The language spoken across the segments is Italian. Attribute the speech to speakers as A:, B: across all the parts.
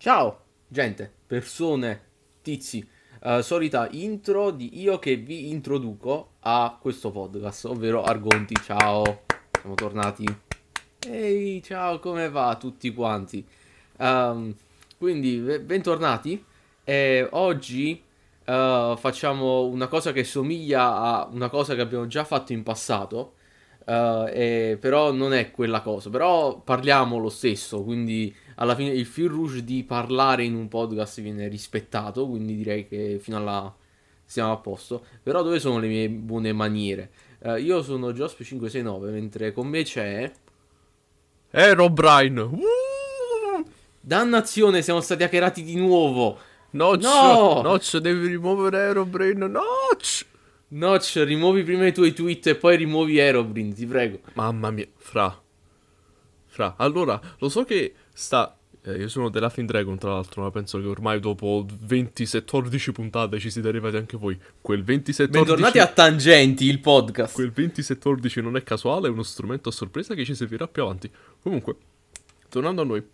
A: Ciao, gente, persone, tizi, solita intro di io che vi introduco a questo podcast, ovvero Argonti. Ciao, siamo tornati. Ehi, ciao, come va a tutti quanti? Ehm, quindi, bentornati. E oggi facciamo una cosa che somiglia a una cosa che abbiamo già fatto in passato, però non è quella cosa, però parliamo lo stesso, quindi alla fine il fil rouge di parlare in un podcast viene rispettato, quindi direi che fino alla siamo a posto. Però dove sono le mie buone maniere? Io sono Josp569, mentre con me c'è...
B: Rob Ryan.
A: Dannazione, siamo stati hackerati di nuovo!
B: Notch.
A: No!
B: Notch, devi rimuovere Aerobrain. Notch.
A: Notch, rimuovi prima i tuoi tweet e poi rimuovi Aeroblind, ti prego.
B: Mamma mia, fra. Allora, lo so che sta... io sono della Fin Dragon, tra l'altro, ma penso che ormai dopo 27-14 puntate ci siete arrivati anche voi. Quel
A: Bentornati
B: 27-14...
A: a Tangenti, il podcast.
B: Quel 27-14 non è casuale, è uno strumento a sorpresa che ci servirà più avanti. Comunque, tornando a noi.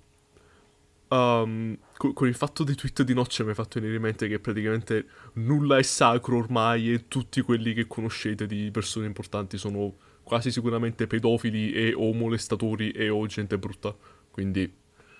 B: Con il fatto dei tweet di Notch mi hai fatto venire in mente che praticamente nulla è sacro ormai e tutti quelli che conoscete di persone importanti sono quasi sicuramente pedofili e o molestatori e o gente brutta. Quindi,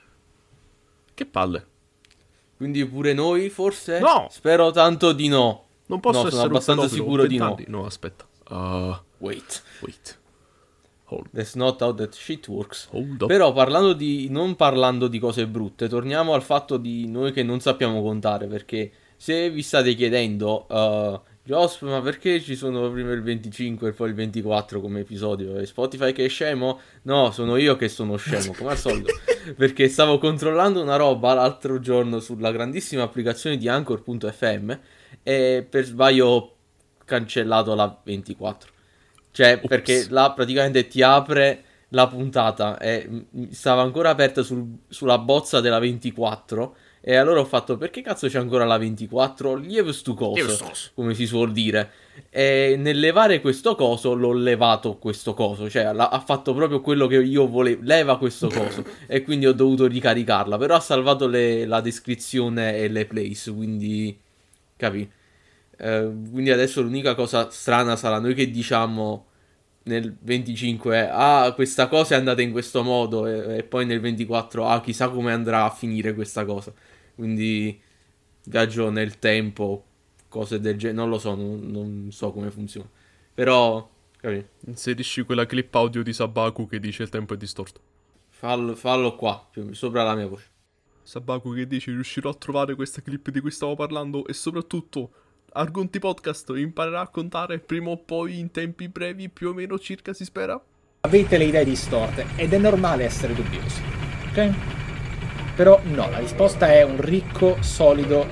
B: che palle.
A: Quindi pure noi, forse?
B: No!
A: Spero tanto di no.
B: Non
A: No,
B: posso
A: sono
B: essere un
A: abbastanza
B: pedofilo, ho
A: sicuro di
B: 20
A: no.
B: anni. No, aspetta.
A: Wait.
B: Wait. Hold,
A: That's not how that shit works.
B: hold up.
A: Però parlando di... non parlando di cose brutte, torniamo al fatto di noi che non sappiamo contare, perché se vi state chiedendo, Josp, ma perché ci sono prima il 25 e poi il 24 come episodio? E Spotify che è scemo? No, sono io che sono scemo, come al solito. Perché stavo controllando una roba l'altro giorno sulla grandissima applicazione di Anchor.fm e per sbaglio ho cancellato la 24. Cioè, perché
B: Ops.
A: là praticamente ti apre la puntata e stava ancora aperta sulla bozza della 24. E allora ho fatto, perché cazzo c'è ancora la 24? Lieve stu coso, come si suol dire. E nel levare questo coso, l'ho levato questo coso. Cioè, ha fatto proprio quello che io volevo. Leva questo coso. E quindi ho dovuto ricaricarla. Però ha salvato la descrizione e le place. Quindi, capi? Quindi adesso l'unica cosa strana sarà noi che diciamo nel 25 questa cosa è andata in questo modo e poi nel 24 chissà come andrà a finire questa cosa. Quindi viaggio nel tempo, cose del genere, non lo so, non so come funziona. Però, capi?
B: Inserisci quella clip audio di Sabaku che dice il tempo è distorto.
A: Fallo qua, sopra la mia voce.
B: Sabaku che dice riuscirò a trovare questa clip di cui stavo parlando e soprattutto Argonti Podcast imparerà a contare prima o poi in tempi brevi più o meno circa si spera.
C: Avete le idee distorte ed è normale essere dubbiosi, ok? Però no, la risposta è un ricco, solido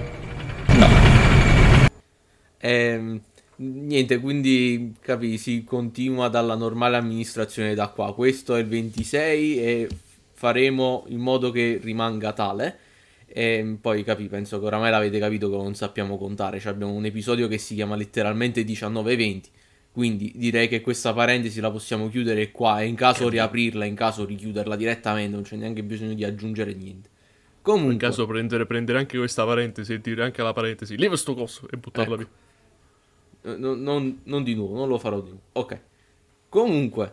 C: no.
A: Niente, quindi capi, si continua dalla normale amministrazione da qua. Questo è il 26 e faremo in modo che rimanga tale. E poi capi, penso che oramai l'avete capito che non sappiamo contare. Cioè, abbiamo un episodio che si chiama letteralmente 19-20. Quindi direi che questa parentesi la possiamo chiudere qua e in caso riaprirla, in caso richiuderla direttamente, non c'è neanche bisogno di aggiungere niente.
B: O in
A: Comunque,
B: caso prendere anche questa parentesi e dire anche alla parentesi, leva sto coso e buttarla
A: ecco,
B: via.
A: non di nuovo, non lo farò di nuovo. Ok. Comunque,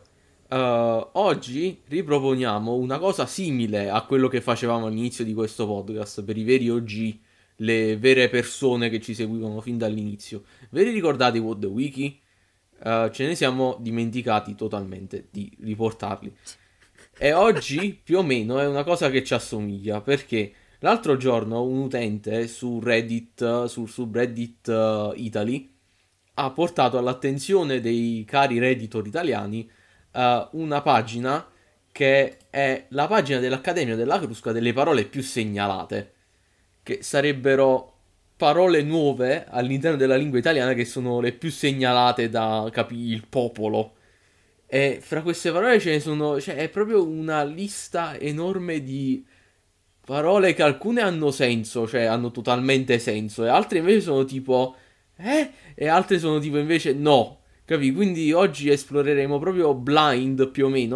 A: oggi riproponiamo una cosa simile a quello che facevamo all'inizio di questo podcast per i veri OG, le vere persone che ci seguivano fin dall'inizio. Ve li ricordate i What the Wiki? Ce ne siamo dimenticati totalmente di riportarli. E oggi più o meno è una cosa che ci assomiglia perché l'altro giorno un utente su Reddit, sul subreddit Italy, ha portato all'attenzione dei cari redditor italiani una pagina che è la pagina dell'Accademia della Crusca delle parole più segnalate, che sarebbero parole nuove all'interno della lingua italiana che sono le più segnalate da il popolo. E fra queste parole ce ne sono, cioè è proprio una lista enorme di parole che alcune hanno senso, cioè hanno totalmente senso, e altre invece sono tipo, eh? E altre sono tipo invece no, capi? Quindi oggi esploreremo proprio blind più o meno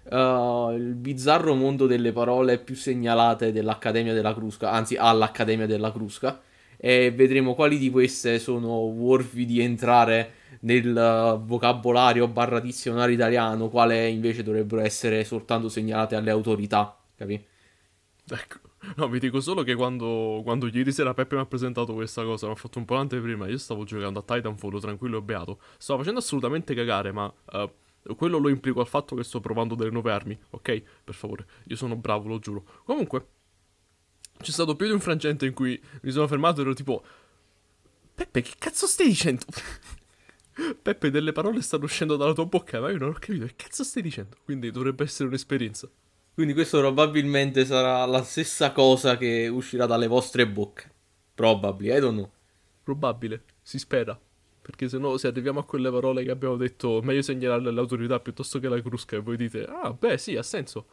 A: il bizzarro mondo delle parole più segnalate dell'Accademia della Crusca, anzi all'Accademia della Crusca, e vedremo quali di queste sono worthy di entrare nel vocabolario barra dizionario italiano, quale invece dovrebbero essere soltanto segnalate alle autorità, capi?
B: Ecco. No, vi dico solo che quando ieri sera Peppe mi ha presentato questa cosa, mi ha fatto un po' l'anteprima, io stavo giocando a Titanfall tranquillo e beato. Stavo facendo assolutamente cagare, ma quello lo implico al fatto che sto provando delle nuove armi, ok? Per favore, io sono bravo, lo giuro. Comunque, c'è stato più di un frangente in cui mi sono fermato e ero tipo... Peppe, che cazzo stai dicendo? Peppe, delle parole stanno uscendo dalla tua bocca, ma io non ho capito che cazzo stai dicendo. Quindi dovrebbe essere un'esperienza.
A: Quindi questo probabilmente sarà la stessa cosa che uscirà dalle vostre bocche. Probably, I don't know.
B: Probabile, si spera. Perché se no, se arriviamo a quelle parole che abbiamo detto, meglio segnalarle alle autorità piuttosto che alla crusca, e voi dite, ah, beh, sì, ha senso.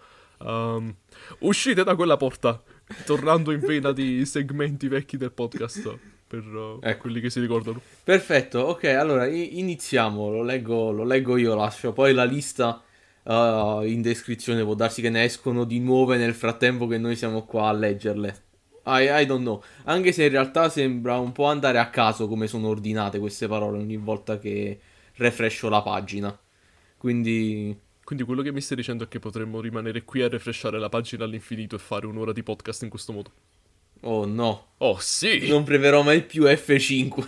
B: Uscite da quella porta, tornando in vena di segmenti vecchi del podcast, per
A: Ecco.
B: quelli che si ricordano.
A: Perfetto, ok, allora iniziamo, lo leggo io, lascio poi la lista in descrizione, può darsi che ne escono di nuove nel frattempo che noi siamo qua a leggerle. I don't know, anche se in realtà sembra un po' andare a caso come sono ordinate queste parole ogni volta che refrescio la pagina. Quindi,
B: Quindi quello che mi stai dicendo è che potremmo rimanere qui a refreshare la pagina all'infinito e fare un'ora di podcast in questo modo.
A: oh no,
B: Oh sì!
A: non premerò mai più F5.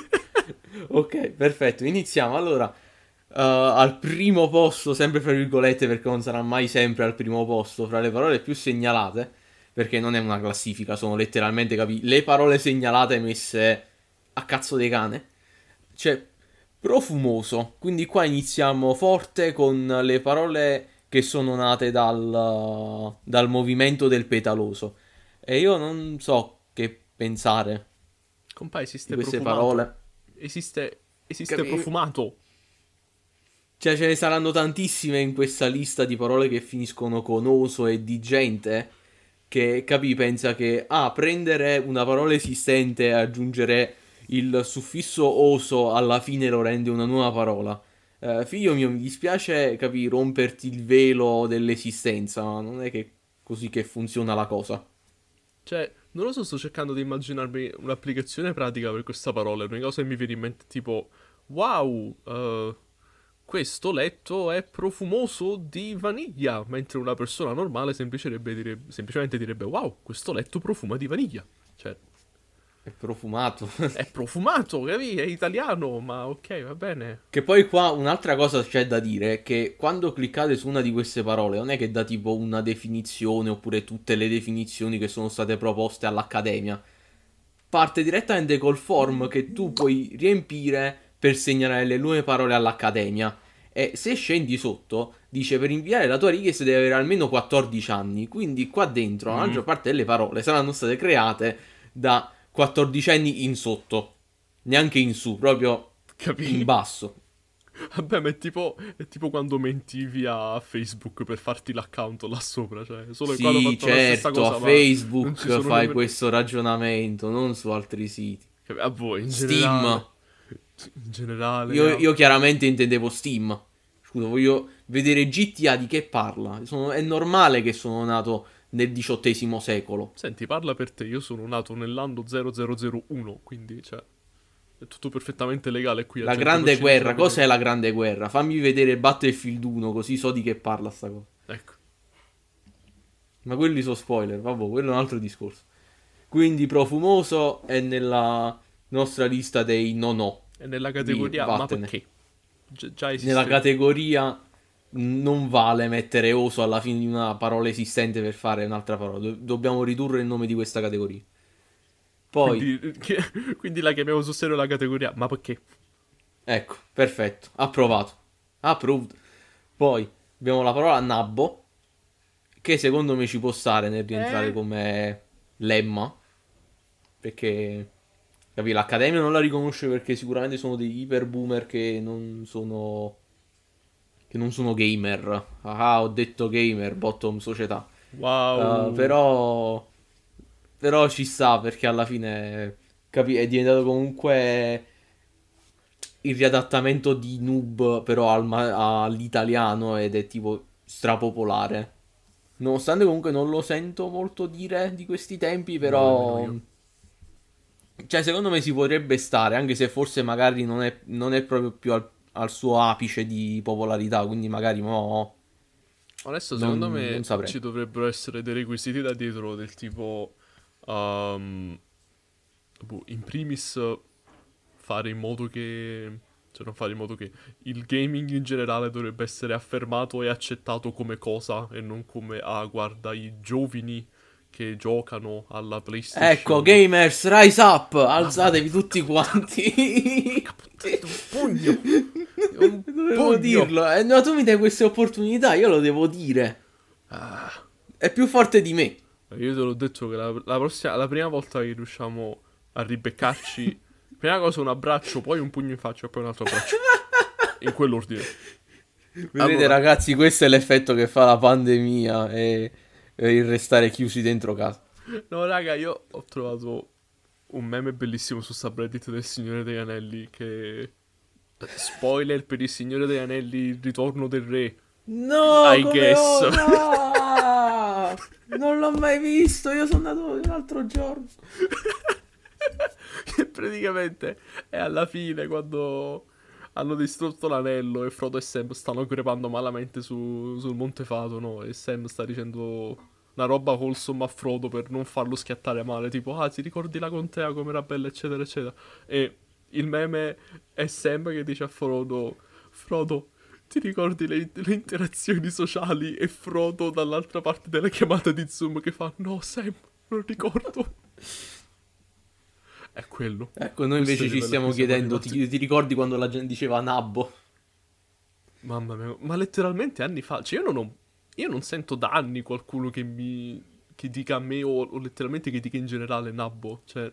A: Ok, perfetto, iniziamo. Allora, al primo posto, sempre fra virgolette, perché non sarà mai sempre al primo posto, fra le parole più segnalate, perché non è una classifica, sono letteralmente, le parole segnalate messe a cazzo di cane. C'è profumoso, quindi qua iniziamo forte con le parole che sono nate dal movimento del petaloso. E io non so che pensare
B: Compa,
A: di
B: esiste
A: queste
B: profumato.
A: parole.
B: Esiste
A: Capi-
B: profumato.
A: Cioè, ce ne saranno tantissime in questa lista di parole che finiscono con oso e di gente che, pensa che, prendere una parola esistente e aggiungere il suffisso oso alla fine lo rende una nuova parola. Figlio mio, mi dispiace, romperti il velo dell'esistenza, ma non è che così che funziona la cosa.
B: Cioè, non lo so, sto cercando di immaginarmi un'applicazione pratica per questa parola. L'unica cosa che mi viene in mente è tipo, wow, questo letto è profumoso di vaniglia, mentre una persona normale semplicemente direbbe, wow, questo letto profuma di vaniglia. Cioè,
A: È profumato.
B: è profumato, capi? È italiano, ma ok, va bene.
A: Che poi qua un'altra cosa c'è da dire è che quando cliccate su una di queste parole non è che dà tipo una definizione oppure tutte le definizioni che sono state proposte all'Accademia. Parte direttamente col form che tu puoi riempire per segnalare le nuove parole all'Accademia. E se scendi sotto, dice per inviare la tua richiesta devi avere almeno 14 anni. Quindi qua dentro la maggior parte delle parole saranno state create da 14 anni in sotto. Neanche in su, proprio in
B: Capi?
A: basso.
B: Vabbè, ma è tipo quando mentivi a Facebook per farti l'account là sopra, cioè, solo che qua hanno
A: Sì,
B: fatto la stessa
A: certo, a
B: cosa, ma non ci
A: Facebook
B: sono
A: fai
B: nemmeno...
A: questo ragionamento, non su altri siti.
B: A voi, in generale.
A: Steam.
B: In generale,
A: Io chiaramente intendevo Steam. Scusa, voglio vedere GTA di che parla. È normale che sono nato nel XVIII secolo.
B: Senti, parla per te, io sono nato nell'anno 0001, quindi, cioè, è tutto perfettamente legale qui.
A: La
B: gente
A: Grande
B: col ciliegio
A: Guerra,
B: alla
A: cos'è
B: fine.
A: la Grande Guerra? Fammi vedere Battlefield 1, così so di che parla sta cosa.
B: Ecco.
A: Ma quelli sono spoiler, vabbè, quello è un altro discorso. Quindi Profumoso è nella nostra lista dei no.
B: E nella categoria, ma
A: Vattene.
B: perché? Già
A: Nella
B: esiste.
A: categoria non vale mettere oso alla fine di una parola esistente per fare un'altra parola. Dobbiamo ridurre il nome di questa categoria. Poi,
B: Quindi la chiamiamo sul serio la categoria, ma perché?
A: ecco, perfetto, approvato. Approved. Poi abbiamo la parola nabbo, che secondo me ci può stare nel rientrare come lemma, perché l'Accademia non la riconosce perché sicuramente sono degli iper boomer che non sono gamer. Ah, ho detto gamer, bottom società.
B: Wow.
A: Però ci sta perché alla fine è diventato comunque il riadattamento di noob però all'italiano ed è tipo strapopolare. Nonostante comunque non lo sento molto dire di questi tempi,
B: No, nemmeno
A: però...
B: io.
A: Cioè, secondo me si potrebbe stare, anche se forse magari non è proprio più al suo apice di popolarità, quindi magari mo...
B: Adesso secondo
A: Non
B: me
A: saprei.
B: ci dovrebbero essere dei requisiti da dietro del tipo, ehm, in primis fare in modo che, cioè non fare in modo che il gaming in generale dovrebbe essere affermato e accettato come cosa e non come, ah, guarda, i giovani che giocano alla
A: Ecco,
B: PlayStation.
A: gamers, rise up!
B: Mamma
A: Alzatevi
B: mia,
A: tutti quanti!
B: porca puttana, un pugno! Un
A: Dovevo
B: pugno!
A: dirlo. No, tu mi dai queste opportunità, io lo devo dire.
B: Ah.
A: È più forte di me.
B: Io te l'ho detto che la prima volta che riusciamo a ribeccarci, prima cosa un abbraccio, poi un pugno in faccia e poi un altro abbraccio. In quell'ordine.
A: Vedete,
B: Allora,
A: ragazzi, questo è l'effetto che fa la pandemia e il restare chiusi dentro casa.
B: no raga, io ho trovato un meme bellissimo su subreddit del Signore degli Anelli che... Spoiler per il Signore degli Anelli, il ritorno del re,
A: No,
B: I
A: come
B: guess.
A: ho? No! Non l'ho mai visto, io sono andato l'altro giorno.
B: Che praticamente è alla fine quando hanno distrutto l'anello e Frodo e Sam stanno crepando malamente sul Monte Fato, no? E Sam sta dicendo una roba wholesome a Frodo per non farlo schiattare male, tipo, ah, ti ricordi la contea come era bella, eccetera, eccetera. E il meme è Sam che dice a Frodo, Frodo, ti ricordi le interazioni sociali? E Frodo dall'altra parte della chiamata di Zoom che fa, no, Sam, non ricordo. È quello.
A: Ecco, noi
B: Questo è
A: invece
B: il
A: ci
B: livello a
A: stiamo
B: cui siamo
A: chiedendo,
B: arrivati.
A: ti ricordi quando la gente diceva Nabbo?
B: Mamma mia, ma letteralmente anni fa. Cioè, io non sento da anni qualcuno che dica a me o letteralmente che dica in generale Nabbo. Cioè,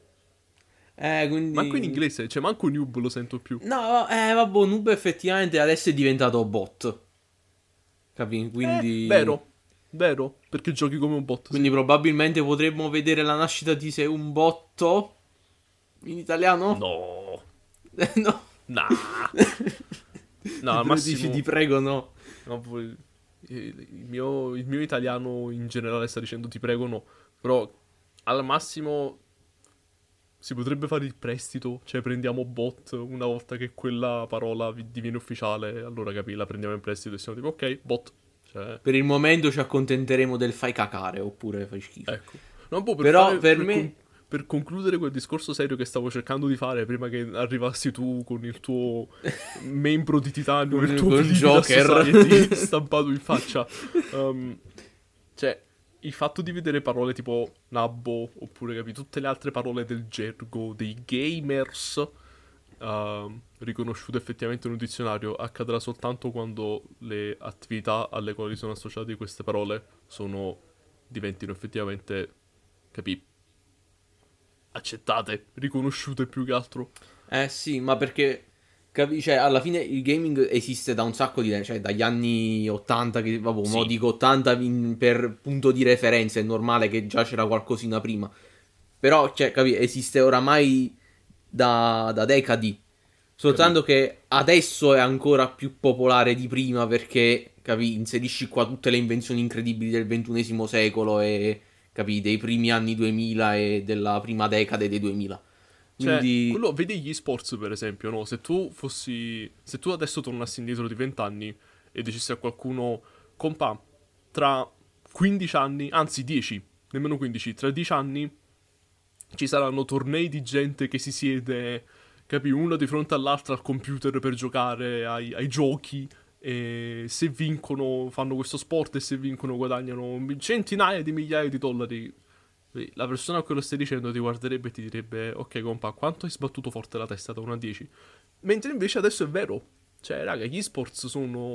B: manco in
A: Quindi...
B: inglese, cioè, manco noob lo sento più.
A: No, vabbè, Noob effettivamente adesso è diventato bot. Capi? Quindi...
B: Vero, vero, perché giochi come un bot, sì.
A: Quindi probabilmente potremmo vedere la nascita di Se un botto in italiano?
B: No,
A: No.
B: nah. No, al
A: Tu dici
B: massimo,
A: ti prego no.
B: no, il mio italiano in generale sta dicendo ti prego no. Però al massimo si potrebbe fare il prestito, cioè prendiamo bot una volta che quella parola diviene ufficiale, allora capi, la prendiamo in prestito e siamo tipo ok, bot. Cioè,
A: Per il momento ci accontenteremo del fai cacare oppure fai schifo.
B: ecco. No, boh,
A: Però per me...
B: per concludere quel discorso serio che stavo cercando di fare prima che arrivassi tu con il tuo membro di titanio e il tuo
A: con
B: Vivida
A: Joker.
B: Society stampato in faccia. Cioè, il fatto di vedere parole tipo nabbo, oppure capi, tutte le altre parole del gergo, dei gamers, riconosciute effettivamente in un dizionario, accadrà soltanto quando le attività alle quali sono associate queste parole diventino effettivamente, capi, accettate, riconosciute più che altro.
A: Eh sì, ma perché cioè, alla fine il gaming esiste da un sacco di tempo, cioè dagli anni 80, che vabbè, mo
B: Sì,
A: dico 80 per punto di referenza, è normale che già c'era qualcosina prima. Però, cioè, esiste oramai da decadi.
B: capi.
A: Soltanto che adesso è ancora più popolare di prima perché, inserisci qua tutte le invenzioni incredibili del XXI secolo e, dei primi anni 2000 e della prima decade dei 2000.
B: Cioè,
A: Quindi,
B: quello, vedi gli sports per esempio, no? Se tu adesso tornassi indietro di 20 anni e dicessi a qualcuno, compa, tra 15 anni, anzi 10, nemmeno 15, tra 10 anni ci saranno tornei di gente che si siede, capi, uno di fronte all'altra al computer per giocare ai giochi e se vincono fanno questo sport e se vincono guadagnano centinaia di migliaia di dollari. La persona a cui lo stai dicendo ti guarderebbe e ti direbbe ok compa, quanto hai sbattuto forte la testa da 1 a 10? Mentre invece adesso è vero. Cioè raga, gli sports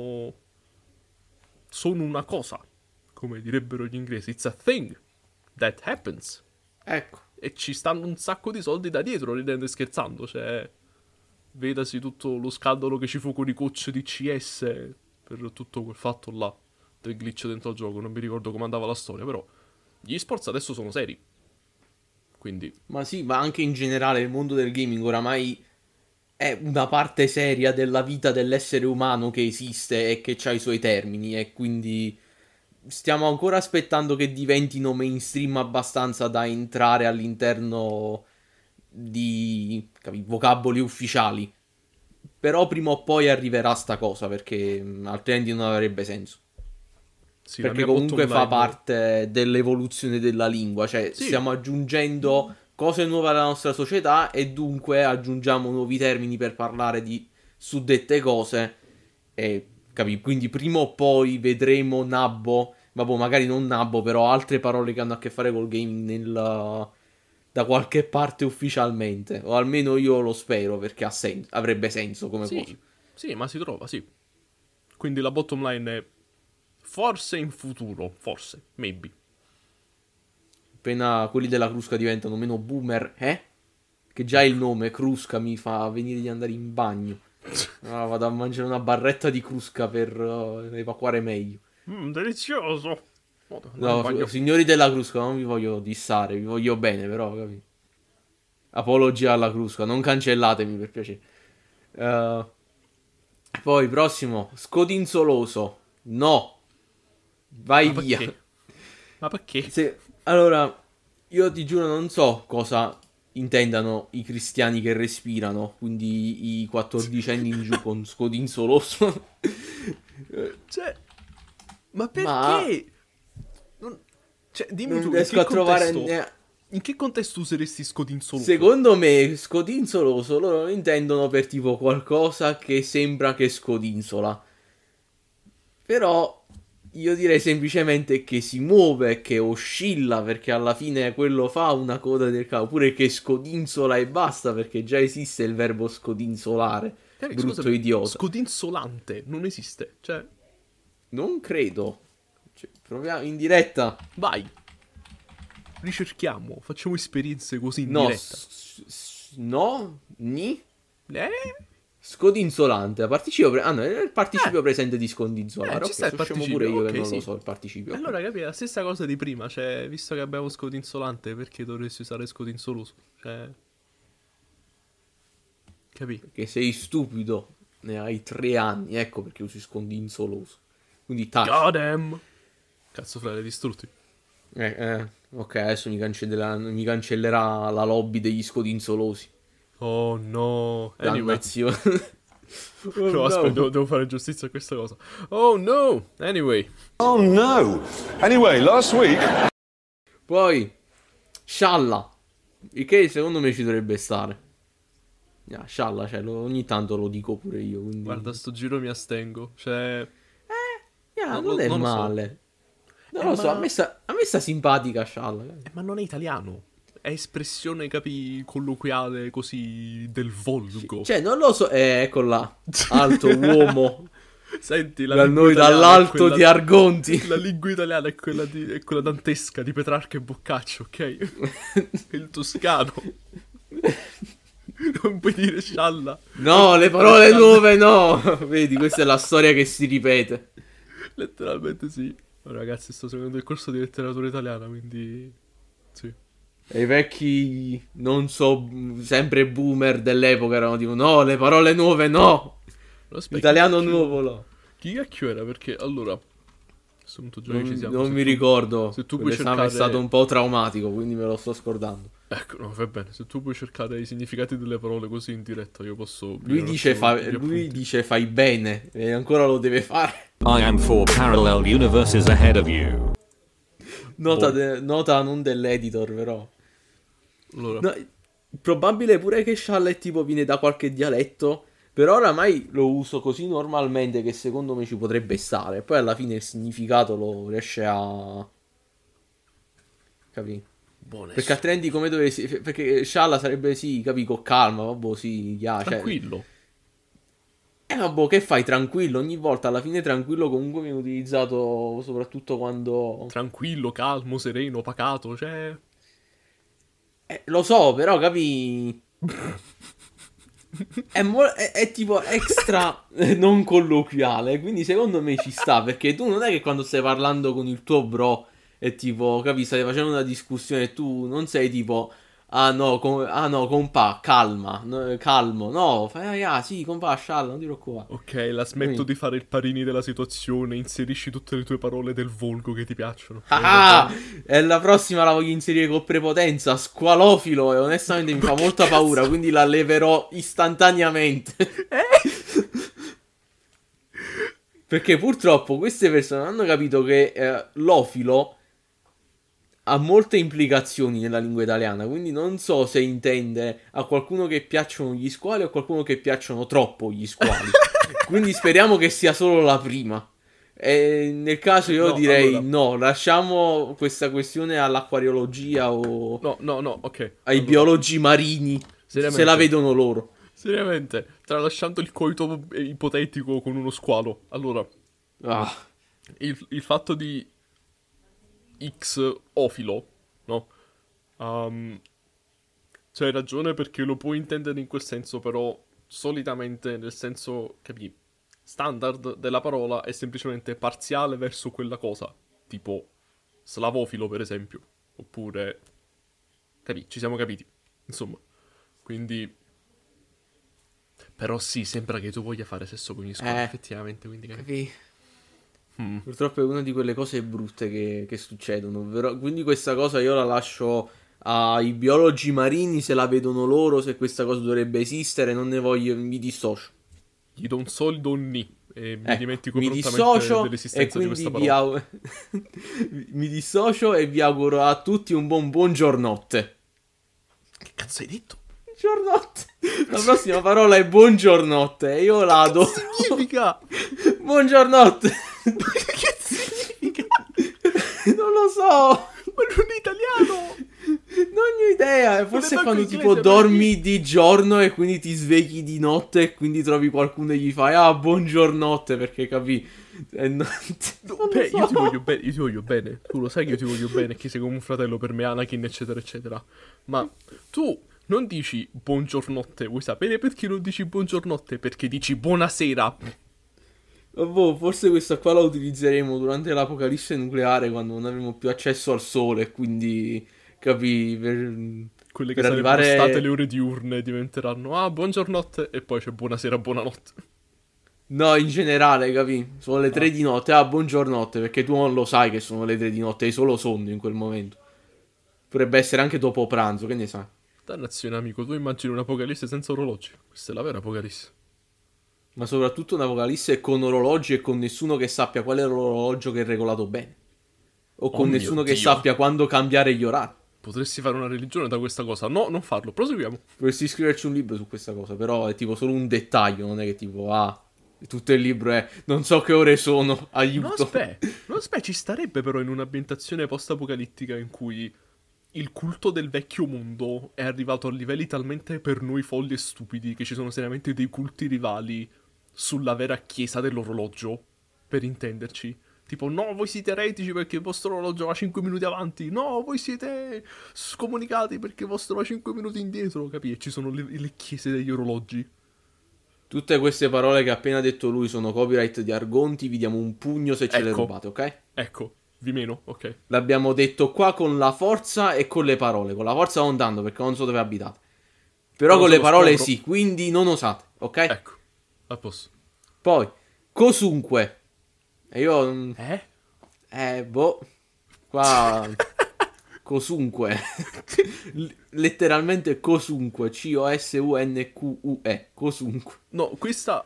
B: sono una cosa, come direbbero gli inglesi. It's a thing that happens.
A: ecco.
B: E ci stanno un sacco di soldi da dietro, ridendo e scherzando. Cioè, vedasi tutto lo scandalo che ci fu con i coach di CS per tutto quel fatto là del glitch dentro al gioco. Non mi ricordo come andava la storia, però gli esports adesso sono seri. Quindi,
A: Ma sì, ma anche in generale il mondo del gaming oramai è una parte seria della vita dell'essere umano che esiste e che ha i suoi termini, e quindi stiamo ancora aspettando che diventino mainstream abbastanza da entrare all'interno di vocaboli ufficiali. Però prima o poi arriverà sta cosa, perché altrimenti non avrebbe senso.
B: Sì, la
A: Perché
B: mia
A: comunque
B: bottom
A: fa
B: line-
A: parte dell'evoluzione della lingua, cioè
B: Sì.
A: stiamo aggiungendo cose nuove alla nostra società e dunque aggiungiamo nuovi termini per parlare di suddette cose. E quindi prima o poi vedremo Nabbo, vabbè, magari non Nabbo, però altre parole che hanno a che fare col gaming da qualche parte ufficialmente, o almeno io lo spero, perché avrebbe senso come cosa.
B: Sì, sì, ma si trova, sì. Quindi la bottom line è forse in futuro, forse, maybe.
A: Appena quelli della Crusca diventano meno boomer, che già il nome Crusca mi fa venire di andare in bagno. Allora vado a mangiare una barretta di Crusca per evacuare meglio.
B: Delizioso. Vado ad andare in
A: No,
B: bagno.
A: signori della Crusca, non vi voglio dissare, vi voglio bene, però, capito? Apologia alla Crusca, non cancellatemi per piacere. Poi, prossimo, scodinzoloso. No, vai
B: Ma
A: via.
B: perché? Ma perché?
A: Allora, io ti giuro, non so cosa intendano i cristiani che respirano, quindi i 14 anni in giù con scodinzoloso.
B: Cioè, ma
A: Ma
B: perché? Cioè, dimmi
A: non
B: tu,
A: riesco a trovare
B: in che contesto useresti scodinzoloso?
A: Secondo me, scodinzoloso loro lo intendono per tipo qualcosa che sembra che scodinzola. Però io direi semplicemente che si muove, che oscilla, perché alla fine quello fa una coda del cavolo. Oppure che scodinzola e basta, perché già esiste il verbo scodinzolare. Brutto
B: Scusami,
A: idiota.
B: scodinzolante non esiste. Cioè,
A: Non credo. Cioè, proviamo in diretta.
B: vai. Ricerchiamo, facciamo esperienze così in
A: No,
B: diretta.
A: ni. Scodinzolante. No, è il participio presente di scodinzolare.
B: Ci
A: Ok,
B: sta il
A: so scemo
B: participio,
A: pure io
B: ok,
A: che non
B: sì.
A: lo so il participio. Ok.
B: Allora, capi, la stessa cosa di prima, cioè, visto che abbiamo scodinzolante, perché dovresti usare scodinzoloso? Cioè, capi?
A: Perché sei stupido. Ne hai 3 anni. Ecco perché usi scodinzoloso. Quindi taci.
B: God damn. Cazzo, fra, l'hai distrutti.
A: Ok, adesso mi cancellerà la lobby degli scodinzolosi.
B: Oh no. Anyway,
A: Dannazione. Oh,
B: no,
A: no.
B: aspetta, devo fare giustizia a questa cosa. Oh no. Anyway.
D: Oh no! Anyway, last week.
A: Poi, scialla. Il che secondo me ci dovrebbe stare. Scialla, cioè, ogni tanto lo dico pure io. Quindi...
B: Guarda, sto giro mi astengo. Cioè,
A: non è
B: non lo so.
A: male. Non lo so,
B: ma-
A: a me sta simpatica scialla.
B: ma non è italiano. È espressione, capi, colloquiale così del volgo.
A: Cioè, non lo so. Ecco là. Alto uomo.
B: Senti, la
A: Da
B: lingua
A: noi
B: italiana è
A: dall'alto
B: quella-
A: di Argonti.
B: La lingua italiana è quella dantesca di Petrarca e Boccaccio, ok? Il toscano. Non puoi dire scialla.
A: No, le parole nuove no. Vedi, questa è la storia che si ripete.
B: Letteralmente sì. Oh, ragazzi, sto seguendo il corso di letteratura italiana, quindi... Sì.
A: E i vecchi, non so, sempre boomer dell'epoca erano tipo, no, le parole nuove no.
B: Però aspetta,
A: L'italiano
B: chi-
A: nuovo no.
B: Chi cacchio era? Perché, allora... Questo punto già che ci siamo.
A: Non
B: se
A: mi
B: tu-
A: ricordo.
B: Se tu puoi
A: Quell'esame
B: cercare...
A: è stato un po' traumatico, quindi me lo sto scordando.
B: Ecco, no, va bene. Se tu puoi cercare i significati delle parole così in diretta, io posso...
A: Lui dice fai bene e ancora lo deve fare.
E: I am 4 parallel universes ahead of you.
A: Nota non dell'editor, però.
B: Allora...
A: No, probabile pure che Charlotte tipo viene da qualche dialetto. Però oramai lo uso così normalmente che secondo me ci potrebbe stare. Poi alla fine il significato lo riesce a... Capì?
B: Buone.
A: Perché altrimenti come dovessi... Perché Scialla sarebbe sì, capì, con calma, vabbè, sì, cioè...
B: Tranquillo.
A: Vabbè, che fai? Tranquillo, ogni volta alla fine tranquillo comunque viene utilizzato soprattutto quando...
B: Tranquillo, calmo, sereno, pacato, cioè...
A: Lo so, però capì... È tipo extra non colloquiale, quindi secondo me ci sta, perché tu non è che quando stai parlando con il tuo bro è tipo, capi, stai facendo una discussione e tu non sei tipo Ah no, compà, calma, calmo, no, fai, sì, compà, scialla, non ti preoccupare.
B: Ok, la smetto di fare il parini della situazione, inserisci tutte le tue parole del volgo che ti piacciono.
A: Ah, e la prossima la voglio inserire con prepotenza, squalofilo, e onestamente mi fa molta paura, quindi la leverò istantaneamente. Perché purtroppo queste persone hanno capito che l'ofilo ha molte implicazioni nella lingua italiana, quindi non so se intende a qualcuno che piacciono gli squali o a qualcuno che piacciono troppo gli squali. Quindi speriamo che sia solo la prima. E nel caso io direi
B: allora...
A: no, lasciamo questa questione all'acquariologia o
B: No, ok.
A: ai
B: Allora,
A: biologi marini, se la vedono loro.
B: seriamente, tralasciando il coito ipotetico con uno squalo. Allora,
A: Ah,
B: il fatto di X ofilo, no? C'hai ragione perché lo puoi intendere in quel senso, però solitamente nel senso, capì? Standard della parola è semplicemente parziale verso quella cosa, tipo slavofilo per esempio, oppure, capì? Ci siamo capiti, insomma. Quindi, però sì, sembra che tu voglia fare sesso con gli squali, effettivamente, quindi
A: capì? Purtroppo è una di quelle cose brutte che succedono. Quindi questa cosa io la lascio ai biologi marini se la vedono loro, se questa cosa dovrebbe esistere, non ne voglio, mi dissocio.
B: gli do un solido nì e mi dimentico
A: Mi
B: prontamente
A: dissocio e
B: dell'esistenza di
A: quindi
B: questa parola.
A: mi dissocio e vi auguro a tutti un buongiornotte.
B: Che cazzo hai detto?
A: Buongiornotte. La prossima parola è buongiornotte e io la adoro.
B: Che significa?
A: Buongiornotte.
B: Che significa?
A: Non lo so.
B: Ma non è italiano!
A: Non ho idea. Forse
B: Non è
A: quando
B: manco
A: tipo
B: inglese,
A: dormi di giorno e quindi ti svegli di notte e quindi trovi qualcuno e gli fai buongiornotte perché capì. Non
B: Beh,
A: so.
B: io ti voglio bene. Tu lo sai che io ti voglio bene, che sei come un fratello per me, Anakin, eccetera, eccetera. Ma tu non dici buongiornotte, vuoi sapere perché non dici buongiornotte? Perché dici buonasera.
A: Boh, forse questa qua la utilizzeremo durante l'apocalisse nucleare quando non avremo più accesso al sole, quindi capì,
B: Quelle che
A: per
B: sarebbero
A: arrivare
B: state le ore diurne diventeranno buongiornotte e poi c'è buonasera, buonanotte.
A: No, in generale, capì? Sono le 3 di notte, buongiornotte, perché tu non lo sai che sono le 3 di notte, hai solo sonno in quel momento. Potrebbe essere anche dopo pranzo, che ne sai?
B: Dannazione amico, tu immagini un'apocalisse senza orologi. Questa è la vera apocalisse.
A: Ma soprattutto un'apocalisse con orologi e con nessuno che sappia qual è l'orologio che è regolato bene. O con
B: mio
A: nessuno che
B: Dio.
A: sappia quando cambiare gli orari.
B: Potresti fare una religione da questa cosa. No, non farlo, proseguiamo.
A: Dovresti scriverci un libro su questa cosa, però è tipo solo un dettaglio, non è che tipo, tutto il libro è non so che ore sono, aiuto.
B: No, aspetta, ci starebbe però in un'ambientazione post-apocalittica in cui il culto del vecchio mondo è arrivato a livelli talmente per noi folli e stupidi che ci sono seriamente dei culti rivali sulla vera chiesa dell'orologio, per intenderci. Tipo, no, voi siete eretici perché il vostro orologio va 5 minuti avanti. No, voi siete scomunicati perché il vostro va 5 minuti indietro, capi? E ci sono le chiese degli orologi.
A: Tutte queste parole che ha appena detto lui sono copyright di Argonti, vi diamo un pugno se ce le rubate, ok?
B: Ecco, vi meno, ok.
A: L'abbiamo detto qua con la forza e con le parole. Con la forza non tanto perché non so dove abitate. Però con
B: se
A: le
B: lo
A: parole
B: scopro.
A: sì, quindi non osate, ok?
B: Ecco, a posto.
A: Poi, cosunque. E io... boh. Qua... cosunque. Letteralmente cosunque. Cosunque. Cosunque.
B: No, questa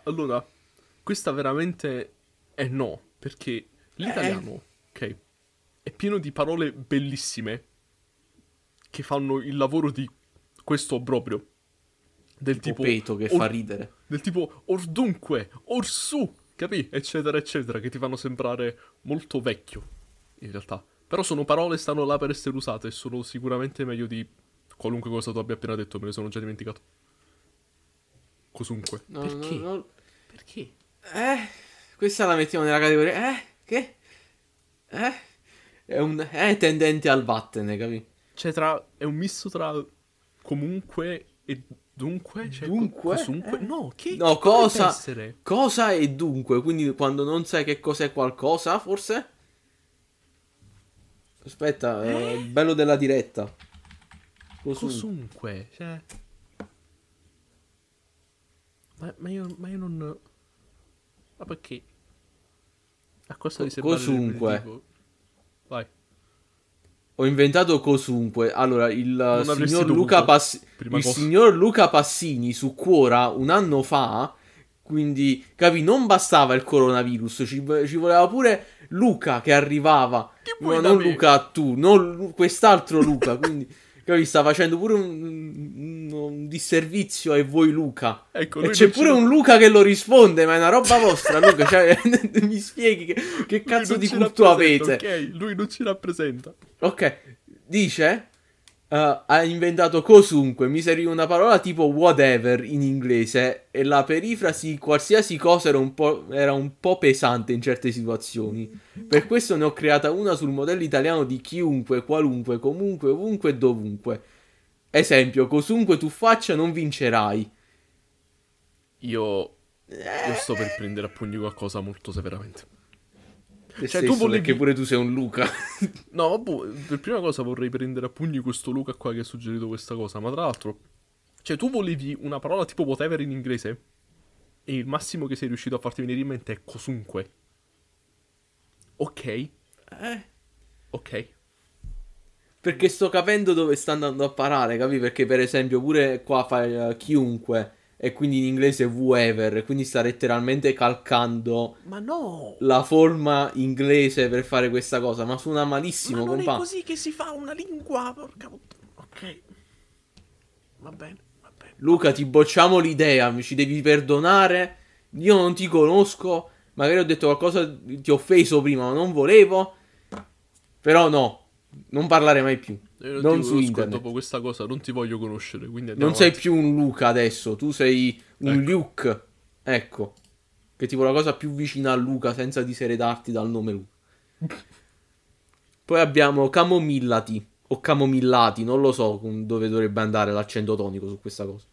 B: veramente è no, perché l'italiano, ok, è pieno di parole bellissime che fanno il lavoro di questo obbrobrio. Del tipo
A: Peto che fa ridere.
B: Del tipo ordunque, orsù, capì? Eccetera, eccetera, che ti fanno sembrare molto vecchio, in realtà. Però sono parole, stanno là per essere usate e sono sicuramente meglio di qualunque cosa tu abbia appena detto, me ne sono già dimenticato. Cosunque.
A: No,
B: Perché?
A: no.
B: Perché?
A: Questa la mettiamo nella categoria. Che? È tendente al vattene, capì?
B: Cioè, è un misto tra comunque e dunque? Cioè,
A: Dunque?
B: cosunque? No,
A: No,
B: che cosa? Essere?
A: Cosa e dunque, quindi quando non sai che cos'è qualcosa, forse? Aspetta, bello della diretta.
B: Cosunque, cioè... Ma io non... Ma perché? A costa di sembrare
A: Cosunque.
B: ripetitivo. Vai.
A: Ho inventato cosunque. Allora,
B: avresti
A: signor
B: dovuto,
A: Luca,
B: prima
A: il
B: cosa.
A: signor Luca Passini su Quora un anno fa, quindi, capi, non bastava il coronavirus, ci voleva pure Luca che arrivava.
B: vuoi
A: No,
B: da
A: non
B: me?
A: Luca tu, non quest'altro Luca, quindi, capi, sta facendo pure un disservizio ai voi Luca.
B: Ecco,
A: E
B: lui
A: c'è
B: non
A: pure
B: ci
A: un Luca che lo risponde, ma è una roba vostra, Luca. Cioè, mi spieghi che
B: Lui
A: cazzo
B: non
A: di
B: ci
A: culto
B: rappresenta,
A: avete?
B: ok? Lui non ci rappresenta.
A: Ok, dice, ha inventato cosunque, mi serviva una parola tipo whatever in inglese e la perifrasi qualsiasi cosa era un po' pesante in certe situazioni. Per questo ne ho creata una sul modello italiano di chiunque, qualunque, comunque, ovunque e dovunque. Esempio, cosunque tu faccia non vincerai.
B: Io sto per prendere a pugni qualcosa molto severamente.
A: Te
B: Cioè,
A: stesso, perché pure tu sei un Luca.
B: No, vabbè, per prima cosa vorrei prendere a pugni questo Luca qua che ha suggerito questa cosa, ma tra l'altro... Cioè, tu volevi una parola tipo whatever in inglese e il massimo che sei riuscito a farti venire in mente è cosunque. Ok. Ok.
A: Perché sto capendo dove sta andando a parare, capi? Perché per esempio pure qua fai chiunque e quindi in inglese whoever, quindi sta letteralmente calcando
B: Ma no!
A: la forma inglese per fare questa cosa, ma suona
B: Ma
A: malissimo,
B: non è
A: compà.
B: così che si fa una lingua, porca puttana. Ok. Va bene, va bene.
A: Luca, ti bocciamo l'idea, mi ci devi perdonare. Io non ti conosco, magari ho detto qualcosa, ti ho offeso prima, ma non volevo. Però no, non parlare mai più.
B: Io
A: Non
B: ti
A: su
B: conosco e
A: internet.
B: dopo questa cosa non ti voglio conoscere, quindi andiamo
A: Non sei
B: avanti.
A: più un Luca adesso, tu sei un
B: Ecco.
A: Luke. Ecco. Che è tipo la cosa più vicina a Luca senza diseredarti dal nome Luca. Poi abbiamo camomillati o camomillati, non lo so dove dovrebbe andare l'accento tonico su questa cosa.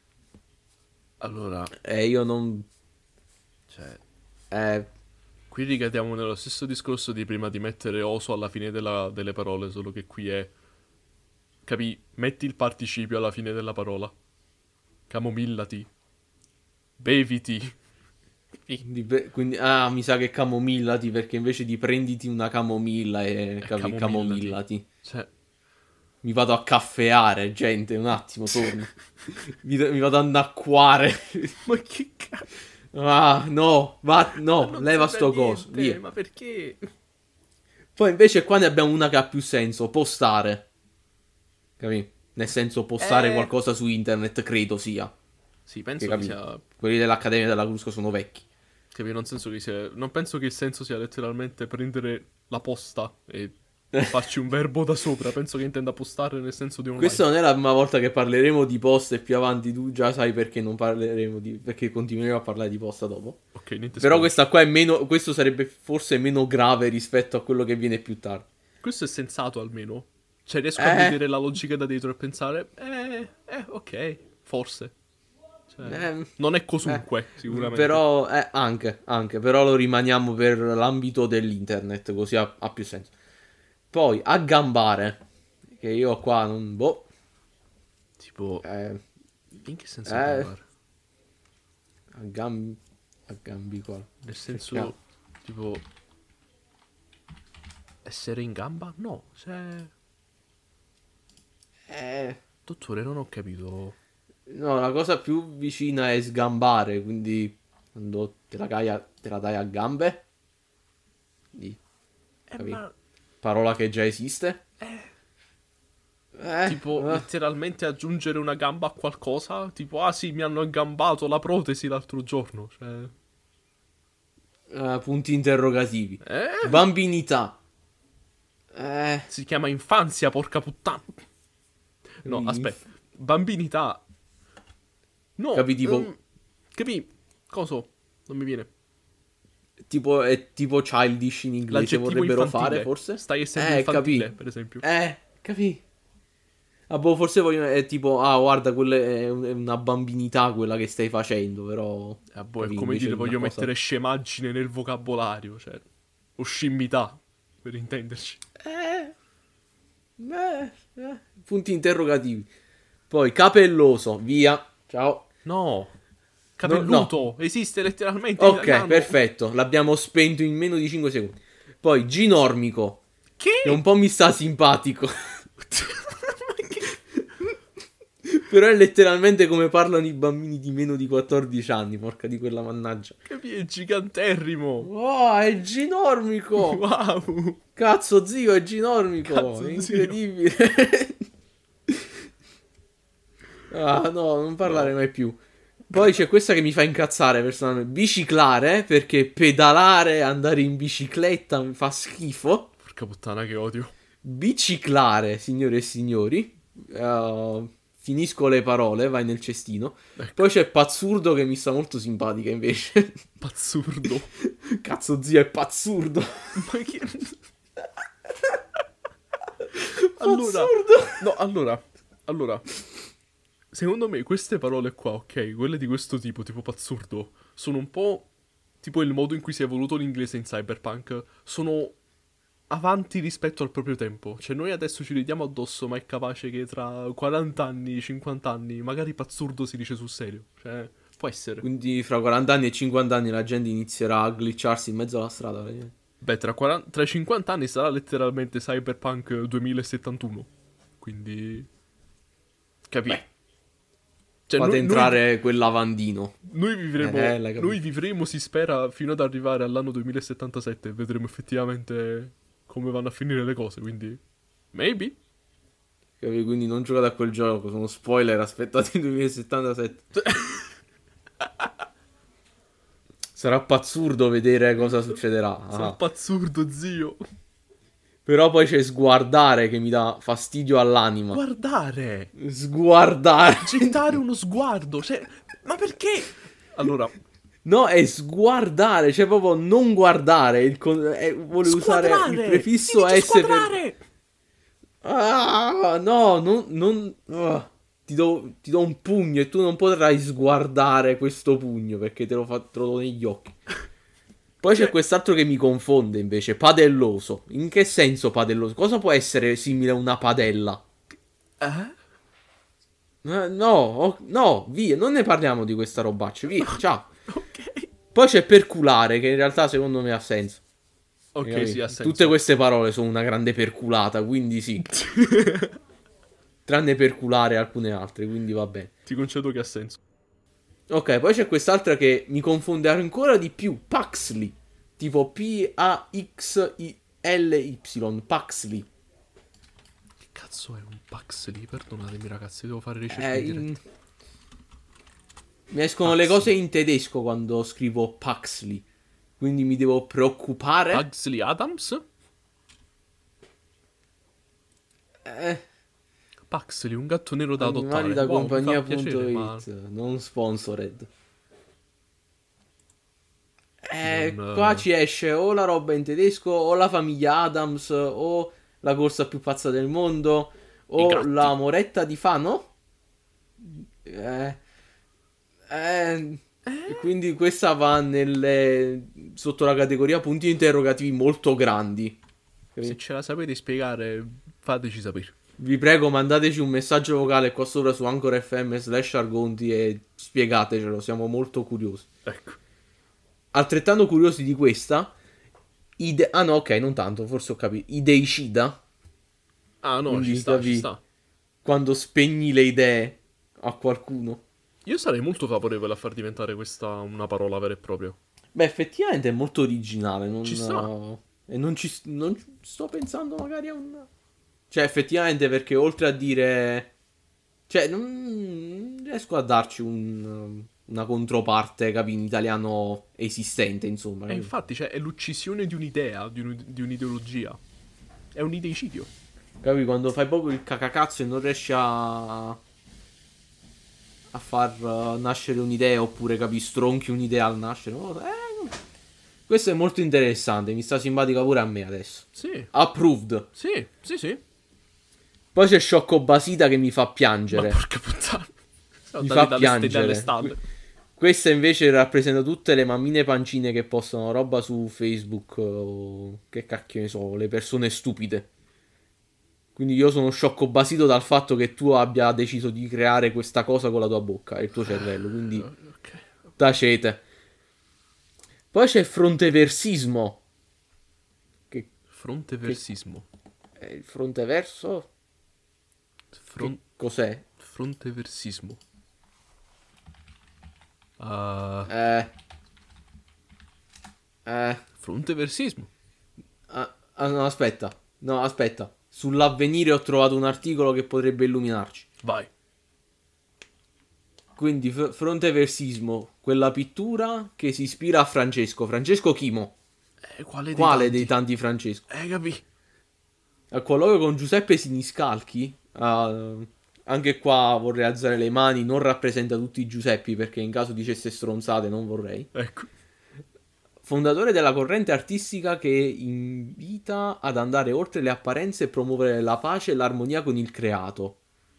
B: Allora,
A: Io non...
B: cioè,
A: Eh,
B: qui ricadiamo nello stesso discorso di prima di mettere oso alla fine delle parole, solo che qui è... Capì? Metti il participio alla fine della parola. Camomillati. Beviti.
A: quindi, mi sa che camomillati perché invece di prenditi una camomilla e capi, camomillati.
B: Cioè,
A: Mi vado a caffeare, gente, un attimo, torno. mi vado a annacquare.
B: ma che cazzo?
A: Ah, no, no,
B: Non
A: leva
B: serve
A: sto
B: a
A: coso,
B: niente,
A: via.
B: ma perché?
A: Poi invece qua ne abbiamo una che ha più senso, postare. Capì? Nel senso postare qualcosa su internet, credo sia.
B: Sì, penso
A: Che
B: che
A: capi?
B: sia...
A: Quelli dell'Accademia della Crusco sono vecchi.
B: Capì? Non senso che sia... Non penso che il senso sia letteralmente prendere la posta e farci un verbo da sopra. Penso che intenda postare nel senso di online.
A: Questa non è la prima volta che parleremo di posta e più avanti tu già sai perché non parleremo di... perché continueremo a parlare di posta dopo.
B: Ok, niente
A: Però
B: spoiler.
A: questa qua è meno... questo sarebbe forse meno grave rispetto a quello che viene più tardi.
B: Questo è sensato almeno. Cioè, riesco a vedere la logica da dietro e pensare... ok, forse. Cioè, non è cosunque, sicuramente.
A: Però, anche, però lo rimaniamo per l'ambito dell'internet, così ha più senso. Poi, aggambare, che io qua non... boh,
B: Tipo...
A: eh,
B: In che senso
A: eh.
B: parlare?
A: aggambi qua.
B: Nel senso,
A: Cerchiamo.
B: tipo... Essere in gamba? No, cioè... Dottore, non ho capito.
A: No, la cosa più vicina è sgambare, quindi quando te la dai a gambe, capì?
B: Ma...
A: Parola che già esiste.
B: Tipo, letteralmente aggiungere una gamba a qualcosa? Tipo, ah sì, mi hanno aggambato la protesi l'altro giorno. Cioè...
A: punti interrogativi.
B: Eh?
A: Bambinità.
B: Si chiama infanzia, porca puttana. No,
A: Quindi
B: aspetta. Bambinità. No.
A: Capi, tipo-
B: Capì? Coso? Non mi viene.
A: Tipo, è tipo childish in inglese,
B: L'aggettivo
A: vorrebbero
B: infantile.
A: fare, forse?
B: Stai essendo infantile,
A: capì.
B: per esempio.
A: Capì. Ah, boh, forse vogliono, è tipo, guarda, quella è una bambinità quella che stai facendo, però...
B: Boh, è
A: capì,
B: come
A: invece
B: dire,
A: una
B: voglio
A: cosa-
B: mettere scemaggine nel vocabolario, cioè... O scimmità, per intenderci.
A: Punti interrogativi. Poi capelloso, via. Ciao.
B: No. Capelluto. Esiste letteralmente.
A: Ok,
B: italiano.
A: perfetto. L'abbiamo spento in meno di 5 secondi. Poi ginormico.
B: Che?
A: Che un po' mi sta simpatico. Però è letteralmente come parlano i bambini di meno di 14 anni. Porca di quella mannaggia.
B: Capì? È giganterrimo.
A: Oh, è ginormico.
B: Wow.
A: Cazzo zio, è ginormico.
B: Cazzo,
A: È
B: zio.
A: incredibile. Ah no, non parlare mai più. Poi c'è questa che mi fa incazzare personalmente. Biciclare, perché pedalare, andare in bicicletta mi fa schifo.
B: Porca puttana, che odio.
A: Biciclare, signore e signori. Finisco le parole, vai nel cestino.
B: Ecco.
A: Poi c'è Pazzurdo che mi sta molto simpatica invece.
B: Pazzurdo.
A: Cazzo zio, è pazzurdo.
B: Ma che... Allora,
A: Pazzurdo.
B: no, allora, secondo me queste parole qua, ok, quelle di questo tipo pazzurdo, sono un po' tipo il modo in cui si è evoluto l'inglese in Cyberpunk, sono avanti rispetto al proprio tempo. Cioè noi adesso ci ridiamo addosso, ma è capace che tra 40 anni, 50 anni, magari pazzurdo si dice sul serio. Cioè, può essere.
A: Quindi fra 40 anni e 50 anni la gente inizierà a glitcharsi in mezzo alla strada. Praticamente.
B: Beh, tra i 50 anni sarà letteralmente Cyberpunk 2071. Quindi... Capì?
A: Beh,
B: Cioè,
A: fate
B: noi-
A: entrare quel lavandino.
B: Noi vivremo,
A: l'hai capito.
B: noi vivremo, si spera, fino ad arrivare all'anno 2077 e vedremo effettivamente come vanno a finire le cose, quindi... Maybe?
A: Capito? Quindi non giocate a quel gioco, sono spoiler, aspettate il 2077. Sarà pazzurdo vedere cosa succederà.
B: Sarà
A: Ah.
B: pazzurdo, zio.
A: Però poi c'è sguardare che mi dà fastidio all'anima.
B: Guardare!
A: Sguardare.
B: Gettare uno sguardo, cioè... Ma perché? Allora,
A: No, è sguardare, cioè proprio non guardare. Vuole usare il
B: squadrare!
A: prefisso
B: Si dice
A: S per...
B: squadrare!
A: Ah, no, ti do un pugno e tu non potrai sguardare questo pugno perché te lo do negli occhi. Poi c'è quest'altro che mi confonde invece, padelloso. In che senso padelloso? Cosa può essere simile a una padella? No, via, non ne parliamo di questa robaccia, via, ciao.
B: Ok.
A: Poi c'è perculare, che in realtà secondo me ha senso.
B: Ok,
A: Capito?
B: sì, ha senso.
A: Tutte queste parole sono una grande perculata, quindi sì. Tranne perculare alcune altre, quindi va bene.
B: Ti concedo che ha senso.
A: Ok, poi c'è quest'altra che mi confonde ancora di più. Paxley. Tipo Paxly. Paxley.
B: Che cazzo è un Paxley? Perdonatemi ragazzi, devo fare ricerca in diretta.
A: Mi escono le cose in tedesco quando scrivo Paxley. Quindi mi devo preoccupare.
B: Pugsley Adams? Paxley, un gatto nero da adottare.
A: Animali da
B: Wow, mi fa
A: compagnia.it,
B: piacere, ma
A: non sponsored.
B: Non,
A: Qua ci esce o la roba in tedesco, o la famiglia Adams, o la corsa più pazza del mondo,
B: I
A: o
B: gatti.
A: la moretta di Fano. Quindi questa va sotto la categoria punti interrogativi molto grandi.
B: se ce la sapete spiegare, fateci sapere.
A: Vi prego, mandateci un messaggio vocale qua sopra su Anchor FM/Argonti e spiegatecelo, siamo molto curiosi.
B: Ecco.
A: Altrettanto curiosi di questa, ah no, ok, non tanto, forse ho capito. Ideicida,
B: Ah no,
A: Quindi
B: ci sta,
A: capi-
B: ci sta.
A: quando spegni le idee a qualcuno.
B: Io sarei molto favorevole a far diventare questa una parola vera e propria.
A: Beh, effettivamente è molto originale.
B: Ci sta.
A: E non sto pensando magari a un... Cioè, effettivamente, perché oltre a dire... Cioè, non riesco a darci una controparte, capi, in italiano esistente, insomma.
B: E
A: capi?
B: infatti, cioè, è l'uccisione di un'idea, di un'ideologia. È un ideicidio.
A: Capi, quando fai proprio il cacacazzo e non riesci a far nascere un'idea, oppure, capi, stronchi un'idea al nascere. Questo è molto interessante, mi sta simpatica pure a me adesso.
B: Sì,
A: Approved.
B: sì, sì, sì.
A: Poi c'è Sciocco Basita che mi fa
B: Ma
A: piangere.
B: porca puttana. Siamo
A: Mi
B: andati
A: fa
B: dalle stelle
A: piangere.
B: alle stalle.
A: Questa invece rappresenta tutte le mammine pancine che postano roba su Facebook o che cacchio ne so, le persone stupide. Quindi io sono sciocco basito dal fatto che tu abbia deciso di creare questa cosa con la tua bocca e il tuo cervello, quindi
B: Ok.
A: tacete. Poi c'è fronteversismo, che
B: Fronteversismo.
A: è il fronte verso?
B: Fron-
A: Cos'è?
B: Fronteversismo. Ah,
A: Eh, eh,
B: fronteversismo.
A: no, aspetta. No, aspetta. Sull'Avvenire ho trovato un articolo che potrebbe illuminarci.
B: Vai.
A: Quindi fronteversismo, quella pittura che si ispira a Francesco Chimo.
B: Quale
A: Quale
B: tanti?
A: dei tanti Francesco?
B: Capì.
A: Al colloquio con Giuseppe Siniscalchi, anche qua vorrei alzare le mani, non rappresenta tutti i Giuseppi perché in caso dicesse stronzate non vorrei.
B: Ecco.
A: Fondatore della corrente artistica che invita ad andare oltre le apparenze e promuovere la pace e l'armonia con il creato.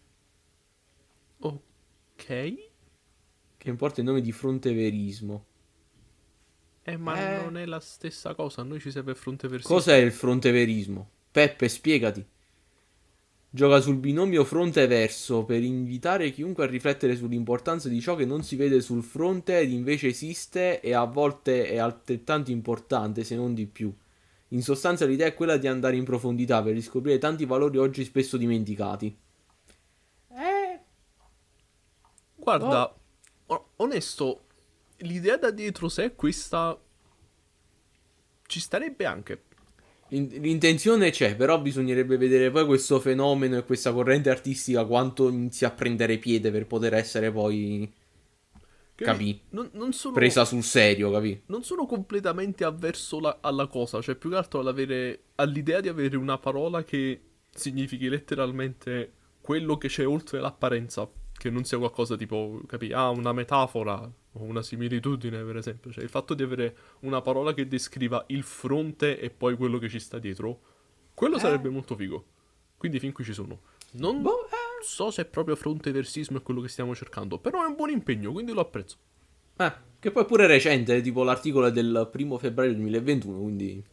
B: Ok.
A: Che importa il nome di fronteverismo.
B: Ma non è la stessa cosa. A noi ci serve fronteversismo.
A: Cos'è il fronteverismo? Peppe, spiegati. Gioca sul binomio fronte-verso per invitare chiunque a riflettere sull'importanza di ciò che non si vede sul fronte ed invece esiste e a volte è altrettanto importante, se non di più. In sostanza l'idea è quella di andare in profondità per riscoprire tanti valori oggi spesso dimenticati.
B: Guarda, onesto, l'idea da dietro sé è questa. Ci starebbe anche.
A: L'intenzione c'è, però bisognerebbe vedere poi questo fenomeno e questa corrente artistica quanto inizia a prendere piede per poter essere poi, capì,
B: Non sono,
A: presa sul serio, capì?
B: non sono completamente avverso alla cosa, cioè più che altro all'idea di avere una parola che significhi letteralmente quello che c'è oltre l'apparenza, che non sia qualcosa tipo, capì, una metafora o una similitudine, per esempio. Cioè il fatto di avere una parola che descriva il fronte e poi quello che ci sta dietro, quello sarebbe molto figo. Quindi fin qui ci sono. Non so se proprio fronteversismo è quello che stiamo cercando, però è un buon impegno, quindi lo apprezzo.
A: Che poi è pure recente, tipo l'articolo è del 1° febbraio 2021, quindi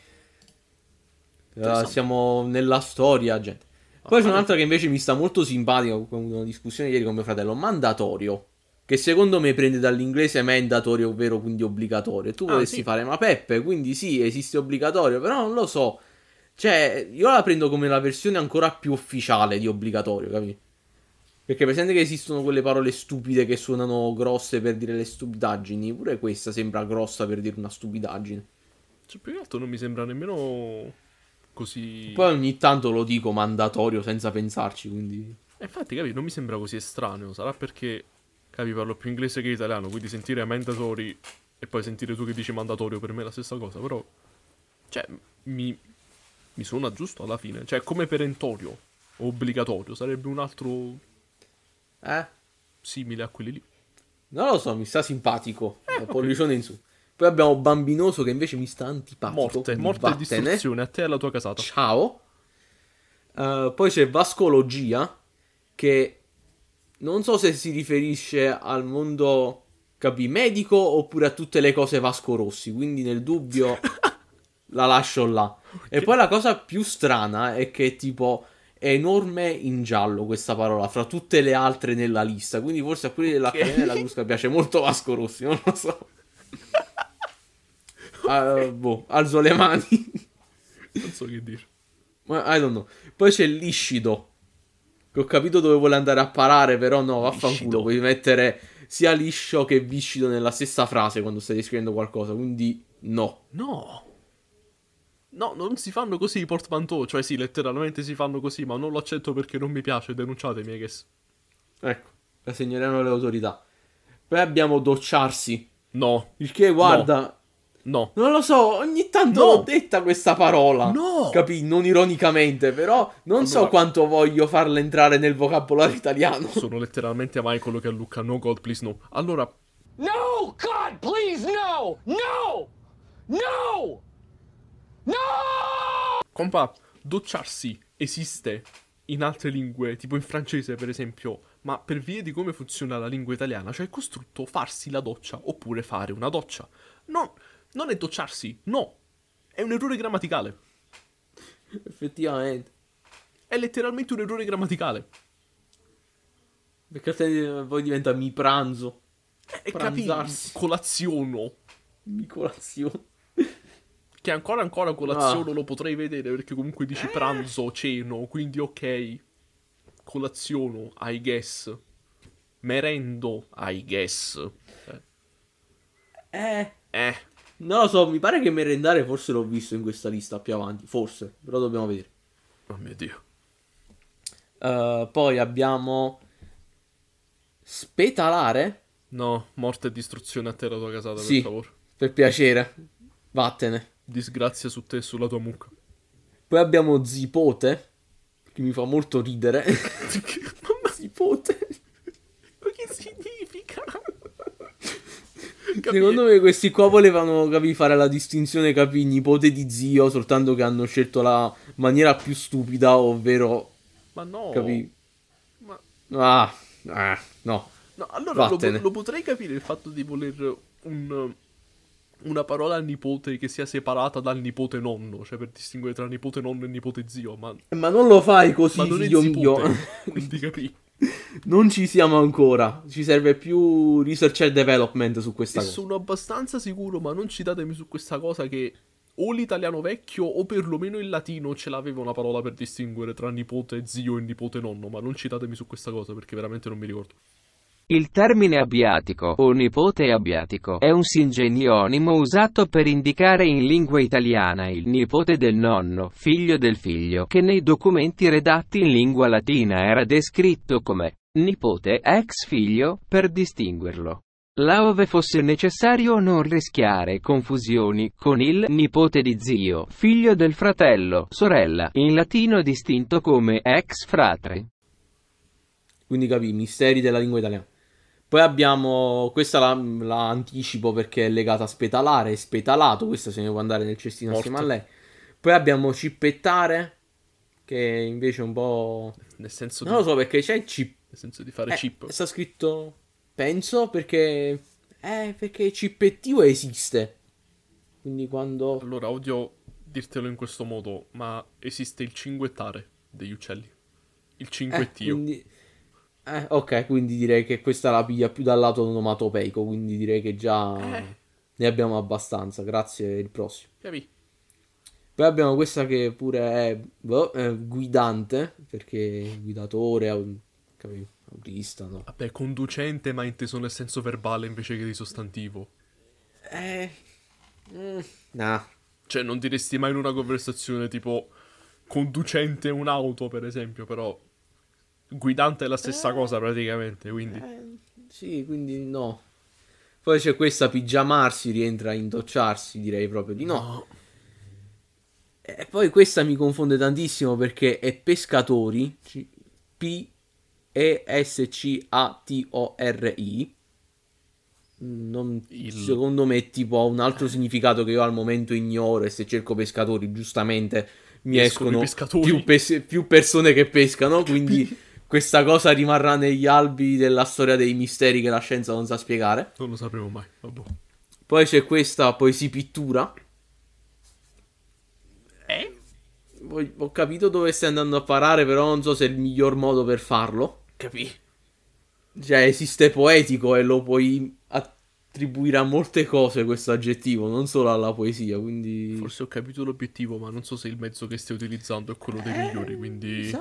A: siamo nella storia, gente. Poi c'è un'altra che invece mi sta molto simpatica, con una discussione ieri con mio fratello, mandatorio, che secondo me prende dall'inglese mandatorio, ovvero quindi obbligatorio. E tu vorresti
B: sì.
A: fare, ma Peppe, quindi sì, esiste obbligatorio, però non lo so. Cioè, io la prendo come la versione ancora più ufficiale di obbligatorio, capi? Perché presente che esistono quelle parole stupide che suonano grosse per dire le stupidaggini, pure questa sembra grossa per dire una stupidaggine.
B: Cioè più che altro non mi sembra nemmeno così.
A: Poi ogni tanto lo dico mandatorio senza pensarci, quindi...
B: Infatti, capi, non mi sembra così estraneo. Sarà perché, capi, parlo più inglese che italiano, quindi sentire mandatory e poi sentire tu che dici mandatorio per me è la stessa cosa, però... Cioè, mi suona giusto alla fine. Cioè, come perentorio o obbligatorio, sarebbe un altro simile a quelli lì.
A: Non lo so, mi sta simpatico. Pollicione in su. Poi abbiamo Bambinoso che invece mi sta antipatico.
B: Morte
A: quindi
B: e
A: vattene.
B: distruzione, a te e alla tua casata.
A: Ciao. Poi c'è Vascologia, che non so se si riferisce al mondo, capì, medico oppure a tutte le cose Vasco Rossi. Quindi nel dubbio la lascio là. E poi la cosa più strana è che tipo è enorme in giallo questa parola fra tutte le altre nella lista. Quindi forse a quelli dell'Accademia della Crusca piace molto Vasco Rossi, non lo so. Alzo le mani.
B: Non so che dire.
A: I don't know. Poi c'è Liscido, che ho capito dove vuole andare a parare, però no, vaffanculo.
B: Liscido.
A: Puoi mettere sia liscio che viscido nella stessa frase quando stai descrivendo qualcosa, quindi no.
B: No, non si fanno così i portmanteau. Cioè sì, letteralmente si fanno così, ma non lo accetto perché non mi piace. Denunciatemi, I guess.
A: Ecco, la segneranno le autorità. Poi abbiamo docciarsi,
B: No,
A: il che guarda...
B: no.
A: Non lo so, ogni tanto
B: No.
A: l'ho detta questa parola.
B: No.
A: Capì? Non ironicamente, però non so
B: Allora-
A: quanto voglio farla entrare nel vocabolario italiano.
B: Sono letteralmente Michael che a Luca. No, God, please, no. Allora,
F: No! God, please, no! No! No! No!
B: compa, docciarsi esiste in altre lingue, tipo in francese per esempio, ma per via di come funziona la lingua italiana, cioè è costrutto farsi la doccia oppure fare una doccia. No, non è docciarsi, no. È un errore grammaticale.
A: Effettivamente.
B: È letteralmente un errore grammaticale.
A: Perché a te poi diventa mi pranzo.
B: E capì,
A: Pranzarsi.
B: colaziono.
A: Mi colazione.
B: Che ancora colazione lo potrei vedere, perché comunque dici pranzo, ceno, quindi ok. Colaziono, I guess. Merendo, I guess.
A: Non lo so, mi pare che merendare forse l'ho visto in questa lista più avanti. Forse, però dobbiamo vedere.
B: Oh mio Dio.
A: Poi abbiamo spetalare.
B: No, morte e distruzione a te la tua casata,
A: Sì,
B: per favore.
A: per piacere. Vattene.
B: Disgrazia su te e sulla tua mucca.
A: Poi abbiamo zipote, che mi fa molto ridere. Zipote.
B: Ma che significa?
A: Secondo me questi qua volevano, capì, fare la distinzione, capì, nipote di zio, soltanto che hanno scelto la maniera più stupida, ovvero,
B: Ma no.
A: capì?
B: Ma...
A: No.
B: No, allora
A: Vattene.
B: lo potrei capire il fatto di voler una parola nipote che sia separata dal nipote nonno, cioè per distinguere tra nipote nonno e nipote zio, ma
A: Non lo fai così,
B: non è
A: figlio mio.
B: zipote, quindi capì.
A: Non ci siamo ancora. Ci serve più research and development su questa
B: E
A: cosa.
B: sono abbastanza sicuro, ma non citatemi su questa cosa, che o l'italiano vecchio o perlomeno il latino ce l'aveva una parola per distinguere tra nipote zio e nipote nonno, ma non citatemi su questa cosa perché veramente non mi ricordo.
G: Il termine abbiatico o nipote abbiatico è un singenionimo usato per indicare in lingua italiana il nipote del nonno, figlio del figlio, che nei documenti redatti in lingua latina era descritto come nipote ex figlio, per distinguerlo. Là ove fosse necessario non rischiare confusioni con il nipote di zio, figlio del fratello, sorella, in latino distinto come ex fratre.
A: Quindi capì, misteri della lingua italiana. Poi abbiamo, questa la anticipo perché è legata a spetalare, e spetalato, questa se ne può andare nel cestino
B: Morto.
A: assieme a lei. Poi abbiamo cippettare, che invece è un po'...
B: Nel senso
A: Non lo so perché c'è
B: nel senso di fare chip.
A: sta scritto, penso, perché cippettivo esiste. Quindi quando...
B: Allora, odio dirtelo in questo modo, ma esiste il cinguettare degli uccelli. Il cinguettio.
A: quindi... ok, quindi direi che questa la piglia più dal lato onomatopeico, quindi direi che già ne abbiamo abbastanza, grazie, il prossimo.
B: Capì?
A: Poi abbiamo questa che pure è guidante, perché guidatore, autista, no?
B: Vabbè, conducente, ma inteso nel senso verbale invece che di sostantivo.
A: Nah.
B: Cioè, non diresti mai in una conversazione tipo conducente un'auto, per esempio, però guidante è la stessa cosa praticamente, quindi...
A: Sì, quindi no. Poi c'è questa pigiamarsi, rientra in docciarsi, direi proprio di no. E poi questa mi confonde tantissimo perché è pescatori, Pescatori. Secondo me tipo ha un altro significato che io al momento ignoro, e se cerco pescatori giustamente mi
B: Escono i
A: escono
B: pescatori.
A: più persone che pescano, quindi questa cosa rimarrà negli albi della storia dei misteri che la scienza non sa spiegare.
B: Non lo sapremo mai, vabbè.
A: Poi c'è questa poesia pittura. Ho capito dove stai andando a parare, però non so se è il miglior modo per farlo.
B: Capì?
A: Cioè, esiste poetico e lo puoi attribuire a molte cose questo aggettivo, non solo alla poesia, quindi...
B: Forse ho capito l'obiettivo, ma non so se il mezzo che stai utilizzando è quello dei migliori, quindi...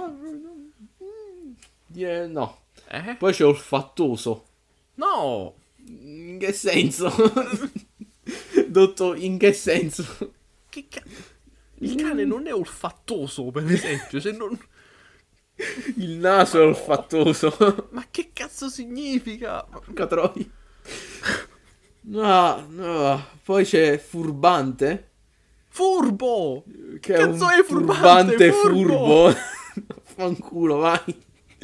A: Dire no. Poi c'è olfattoso.
B: No!
A: In che senso? Dottor, in che senso?
B: Che il cane non è olfattoso, per esempio, se non...
A: Il naso è olfattoso.
B: Ma che cazzo significa?
A: Porca troia. No. Poi c'è furbante.
B: Furbo!
A: Che
B: Cazzo
A: è
B: è
A: un
B: furbante?
A: furbo. Fanculo, vai.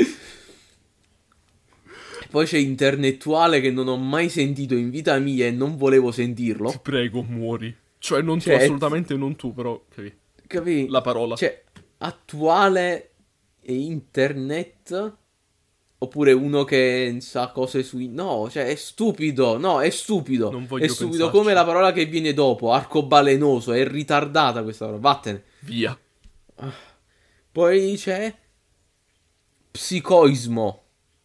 A: Poi c'è internettuale che non ho mai sentito in vita mia e non volevo sentirlo.
B: Ti prego, muori. Cioè, non tu,
A: Cioè,
B: assolutamente non tu, però,
A: Capì?
B: la parola.
A: Cioè, attuale e internet. Oppure uno che sa cose sui... No, cioè è stupido. No, è stupido.
B: Non voglio
A: È stupido
B: pensarci.
A: come la parola che viene dopo. Arcobalenoso. È ritardata questa parola. Vattene.
B: Via.
A: Poi c'è psicoismo.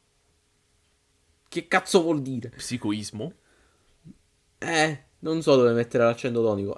A: Che cazzo vuol dire?
B: Psicoismo?
A: Non so dove mettere l'accento tonico.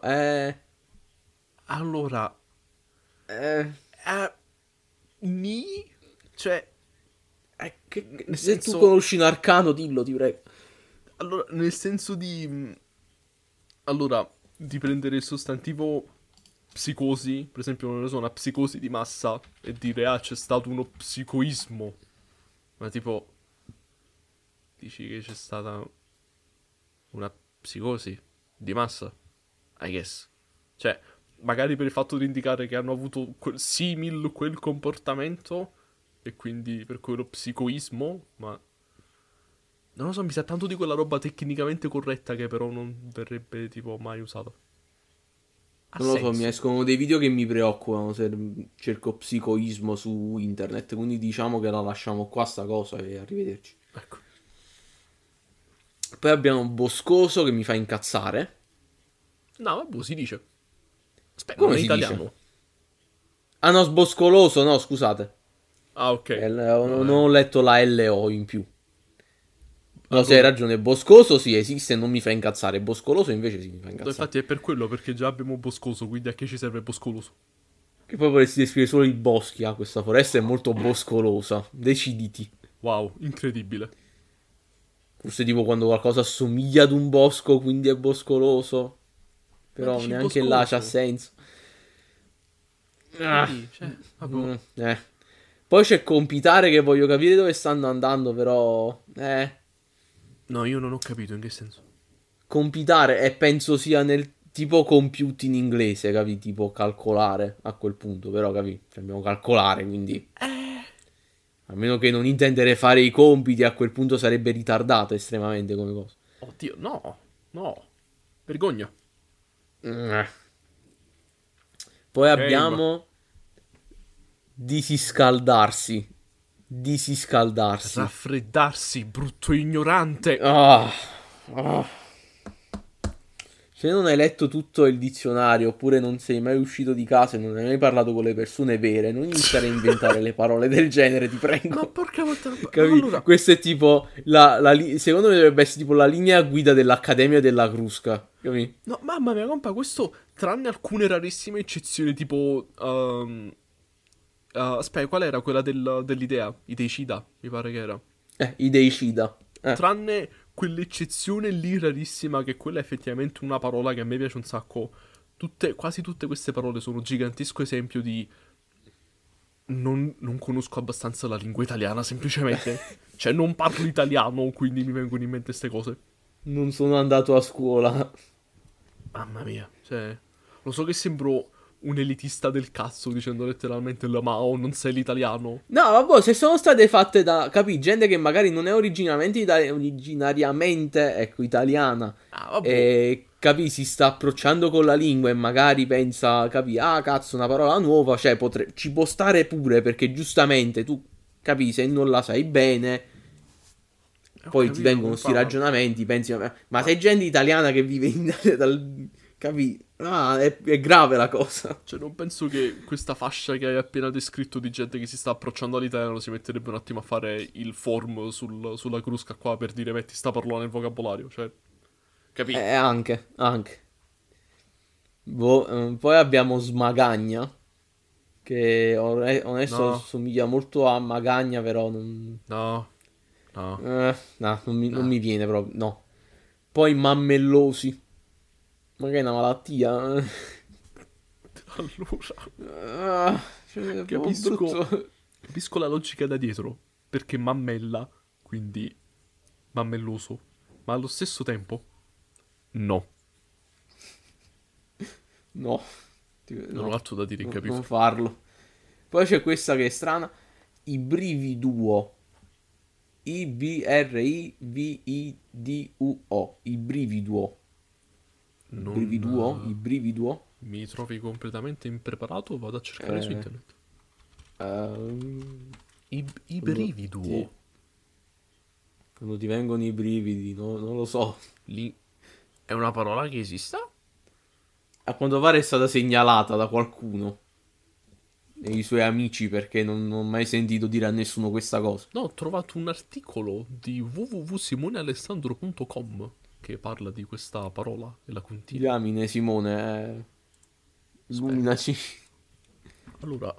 B: Allora,
A: Eh,
B: ni? Cioè, nel
A: Se tu
B: senso...
A: conosci un arcano, dillo, ti prego.
B: Allora, nel senso di... Allora, di prendere il sostantivo psicosi, per esempio, non ne so, una psicosi di massa, e dire, ah, c'è stato uno psicoismo. Ma tipo, dici che c'è stata una psicosi di massa? I guess. Cioè, magari per il fatto di indicare che hanno avuto quel comportamento, e quindi per quello psicoismo, ma... Non lo so, mi sa tanto di quella roba tecnicamente corretta che però non verrebbe tipo mai usata. Ha
A: Non lo so,
B: senso.
A: mi escono dei video che mi preoccupano se cerco psicoismo su internet, quindi diciamo che la lasciamo qua sta cosa e arrivederci.
B: Ecco.
A: Poi abbiamo Boscoso che mi fa incazzare.
B: No, vabbè, si dice. Aspetta,
A: Come
B: non è
A: si
B: italiano.
A: dice? Ah no, Sboscoloso, no, scusate.
B: Ah, ok.
A: Non ho letto la LO in più. No,
B: Allora-
A: se hai ragione, Boscoso sì esiste e non mi fa incazzare. Boscoloso invece sì mi fa
B: No,
A: incazzare.
B: infatti è per quello, perché già abbiamo Boscoso, quindi a che ci serve Boscoloso?
A: Che poi vorresti descrivere solo i boschi, questa foresta è molto boscolosa. Deciditi.
B: Wow, incredibile.
A: Forse tipo quando qualcosa assomiglia ad un bosco, quindi è boscoloso. Però
B: dici
A: neanche
B: boscoso?
A: là c'ha senso. Ah,
B: Sì, cioè, vabbè.
A: eh. Poi c'è Compitare che voglio capire dove stanno andando, però...
B: No, io non ho capito in che senso.
A: Compitare e penso sia nel tipo compute in inglese, capi? Tipo calcolare a quel punto, però capi? Cioè, dobbiamo calcolare, quindi... A meno che non intendere fare i compiti, a quel punto sarebbe ritardato estremamente come cosa.
B: Oddio, no, no. Vergogna.
A: Eh. Poi abbiamo disiscaldarsi. Disiscaldarsi.
B: Raffreddarsi, brutto ignorante.
A: Ah. Se non hai letto tutto il dizionario oppure non sei mai uscito di casa e non hai mai parlato con le persone vere, non iniziare a inventare le parole del genere, ti prego.
B: Ma porca volta.
A: Capi?
B: Allora,
A: Questo è tipo secondo me dovrebbe essere tipo la linea guida dell'Accademia della Crusca. Capi?
B: no, mamma mia, compa, questo, tranne alcune rarissime eccezioni, tipo... aspetta, qual era quella dell'idea? Ideicida, mi pare che era.
A: Ideicida.
B: Tranne quell'eccezione lì rarissima, che quella è effettivamente una parola che a me piace un sacco. Quasi tutte queste parole sono un gigantesco esempio di... Non conosco abbastanza la lingua italiana, semplicemente. Cioè, non parlo italiano, quindi mi vengono in mente queste cose.
A: Non sono andato a scuola.
B: Mamma mia, cioè... Lo so che sembro un elitista del cazzo dicendo letteralmente la Mao, non sei l'italiano.
A: No, vabbè, se sono state fatte da, capi, gente che magari non è originariamente, ecco, italiana.
B: Ah, vabbè.
A: E, capi, si sta approcciando con la lingua e magari pensa, capi, ah, cazzo, una parola nuova, cioè, ci può stare pure, perché giustamente tu, capi, se non la sai bene, poi ti vengono sti ragionamenti, pensi, ma sei gente italiana che vive in Italia, capi? Ah, è grave la cosa.
B: Cioè, non penso che questa fascia che hai appena descritto di gente che si sta approcciando all'italiano si metterebbe un attimo a fare il form sulla crusca qua per dire metti sta parola nel vocabolario, cioè... Capito?
A: Anche. Poi abbiamo Smagagna, che onesto
B: No.
A: somiglia molto a Magagna, però non...
B: No.
A: non mi viene proprio, no. Poi Mammellosi. Ma che è una malattia?
B: Allora,
A: Cioè,
B: capisco la logica da dietro, perché mammella, quindi mammelloso, ma allo stesso tempo no.
A: No.
B: Non ho altro da dire,
A: Non
B: capisco.
A: farlo. Poi c'è questa che è strana. Ibrividuo. Ibrividuo. Ibrividuo. Ibrividuo.
B: Mi trovi completamente impreparato, vado a cercare su internet. Ibrividuo.
A: Sì. Quando ti vengono i brividi, non lo so.
B: È una parola che esista?
A: A quanto pare è stata segnalata da qualcuno. i suoi amici perché non ho mai sentito dire a nessuno questa cosa.
B: No, ho trovato un articolo di www.simonealessandro.com che parla di questa parola e la continua.
A: Diamine illuminaci.
B: Allora,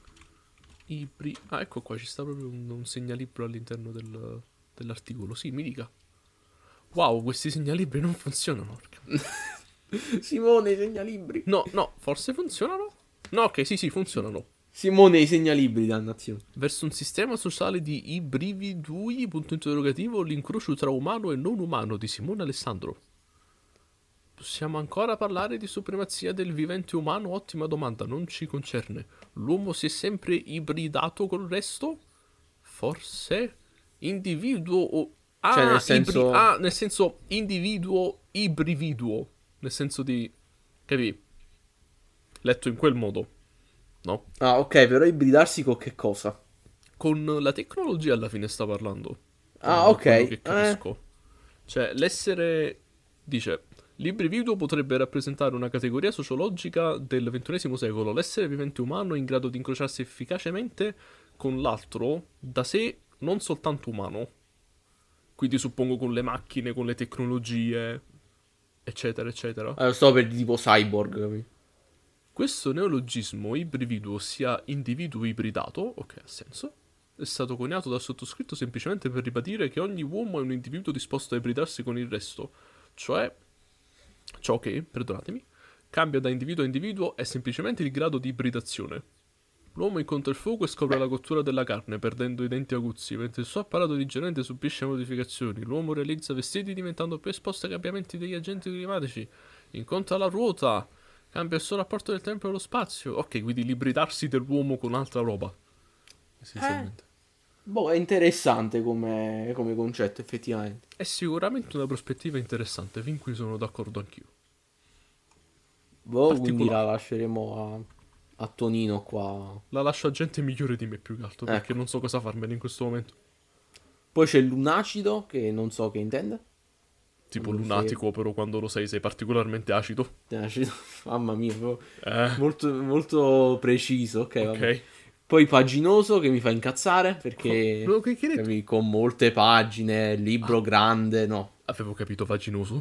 B: ah, ecco qua, ci sta proprio un segnalibro all'interno dell'articolo. Sì, mi dica. Wow, questi segnalibri non funzionano. Porca.
A: Simone, i segnalibri.
B: No, forse funzionano? No, ok, sì, funzionano.
A: Simone, i segnalibri, dannazione.
B: Verso un sistema sociale di ibrividui, punto interrogativo, l'incrocio tra umano e non umano di Simone Alessandro. Possiamo ancora parlare di supremazia del vivente umano? Ottima domanda, non ci concerne. L'uomo si è sempre ibridato col resto? Forse? Individuo o... Ah,
A: Cioè, nel senso...
B: nel senso individuo ibrividuo. Nel senso di... Capì? Letto in quel modo. No?
A: Ah, ok, però ibridarsi con che cosa?
B: Con la tecnologia alla fine sta parlando.
A: Ah, ok.
B: Quello che capisco. Cioè, l'essere... Dice... L'ibrividuo potrebbe rappresentare una categoria sociologica del XXI secolo. L'essere vivente umano è in grado di incrociarsi efficacemente con l'altro da sé, non soltanto umano. Quindi suppongo con le macchine, con le tecnologie, eccetera, eccetera.
A: Sto per tipo cyborg, capito?
B: Questo neologismo ibrividuo, ossia individuo ibridato, ok, ha senso, è stato coniato dal sottoscritto semplicemente per ribadire che ogni uomo è un individuo disposto a ibridarsi con il resto. Cioè, ciò che, perdonatemi, cambia da individuo a individuo è semplicemente il grado di ibridazione. L'uomo incontra il fuoco e scopre la cottura della carne, perdendo i denti aguzzi, mentre il suo apparato digerente subisce modificazioni. L'uomo realizza vestiti diventando più esposto ai cambiamenti degli agenti climatici. Incontra la ruota, cambia il suo rapporto del tempo e dello spazio. Ok, quindi l'ibridarsi dell'uomo con altra roba. Essenzialmente.
A: Boh, è interessante come concetto, effettivamente.
B: È sicuramente una prospettiva interessante, fin qui sono d'accordo anch'io.
A: Boh, quindi
B: Particolare.
A: la lasceremo a Tonino qua.
B: La lascio a gente migliore di me più che altro, perché
A: Ecco.
B: non so cosa farmene in questo momento.
A: Poi c'è lunacido, che non so che intende.
B: Tipo
A: Non lo
B: lunatico, però quando lo sei particolarmente acido.
A: Lunacido. Mamma mia, proprio
B: Eh,
A: molto, molto preciso, ok, vabbè.
B: ok.
A: Poi paginoso, che mi fa incazzare, perché
B: No, che hai detto?
A: capi, con molte pagine, libro grande, no.
B: Avevo capito vaginoso.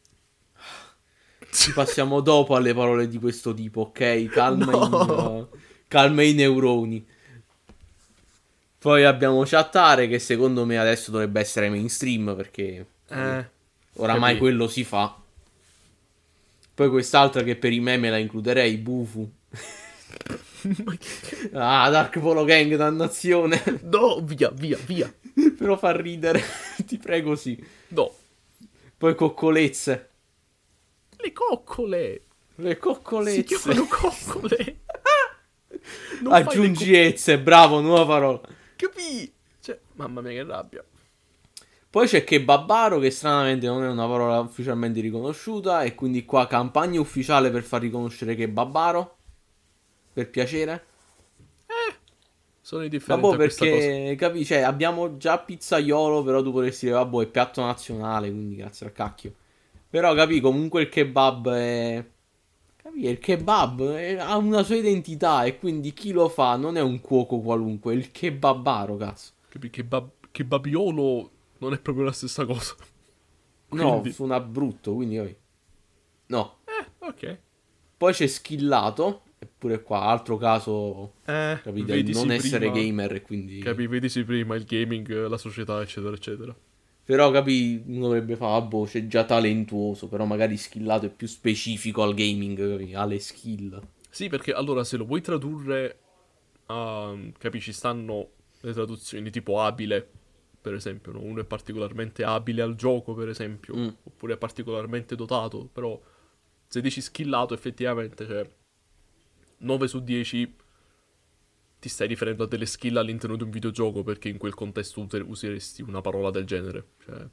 A: Ci passiamo dopo alle parole di questo tipo, ok?
B: No.
A: Calma i neuroni. Poi abbiamo Chattare, che secondo me adesso dovrebbe essere mainstream, perché oramai
B: capì.
A: quello si fa. Poi quest'altra che per i meme la includerei, Bufu.
B: Ma che...
A: Ah, Dark Polo Gang, dannazione.
B: No, via.
A: Però fa ridere, ti prego, sì.
B: No.
A: Poi coccolezze.
B: Le coccole.
A: Le
B: Si
A: coccolezze.
B: chiamano coccole. Non fai le
A: Aggiungi ezze, bravo, nuova parola.
B: Capì? Cioè, mamma mia che rabbia.
A: Poi c'è Kebabaro, che stranamente non è una parola ufficialmente riconosciuta, e quindi qua campagna ufficiale per far riconoscere Kebabaro. Per piacere.
B: Sono indifferenti
A: Vabbè,
B: a questa cosa.
A: perché, capi, cioè, abbiamo già pizzaiolo, però tu potresti dire, vabbè, è piatto nazionale, quindi grazie al cacchio. Però, capi, comunque il kebab è... Capi, il kebab ha una sua identità, e quindi chi lo fa non è un cuoco qualunque, è il kebabaro, cazzo.
B: Capì? Che babiolo non è proprio la stessa cosa.
A: No,
B: Quindi...
A: suona brutto, quindi... capi. No.
B: Ok.
A: Poi c'è Schillato, eppure qua, altro caso, capite,
B: vedisi
A: non essere
B: prima-
A: gamer, e quindi...
B: Capì? Vedisi prima il gaming, la società, eccetera, eccetera.
A: Però, capi, uno dovrebbe fare, boh, c'è già talentuoso, però magari Schillato è più specifico al gaming, capi, alle skill.
B: Sì, perché allora se lo vuoi tradurre a... Capisci, stanno le traduzioni tipo abile, per esempio, no? Uno è particolarmente abile al gioco, per esempio, oppure è particolarmente dotato, però se dici skillato effettivamente, cioè 9 su 10 ti stai riferendo a delle skill all'interno di un videogioco, perché in quel contesto useresti una parola del genere, cioè...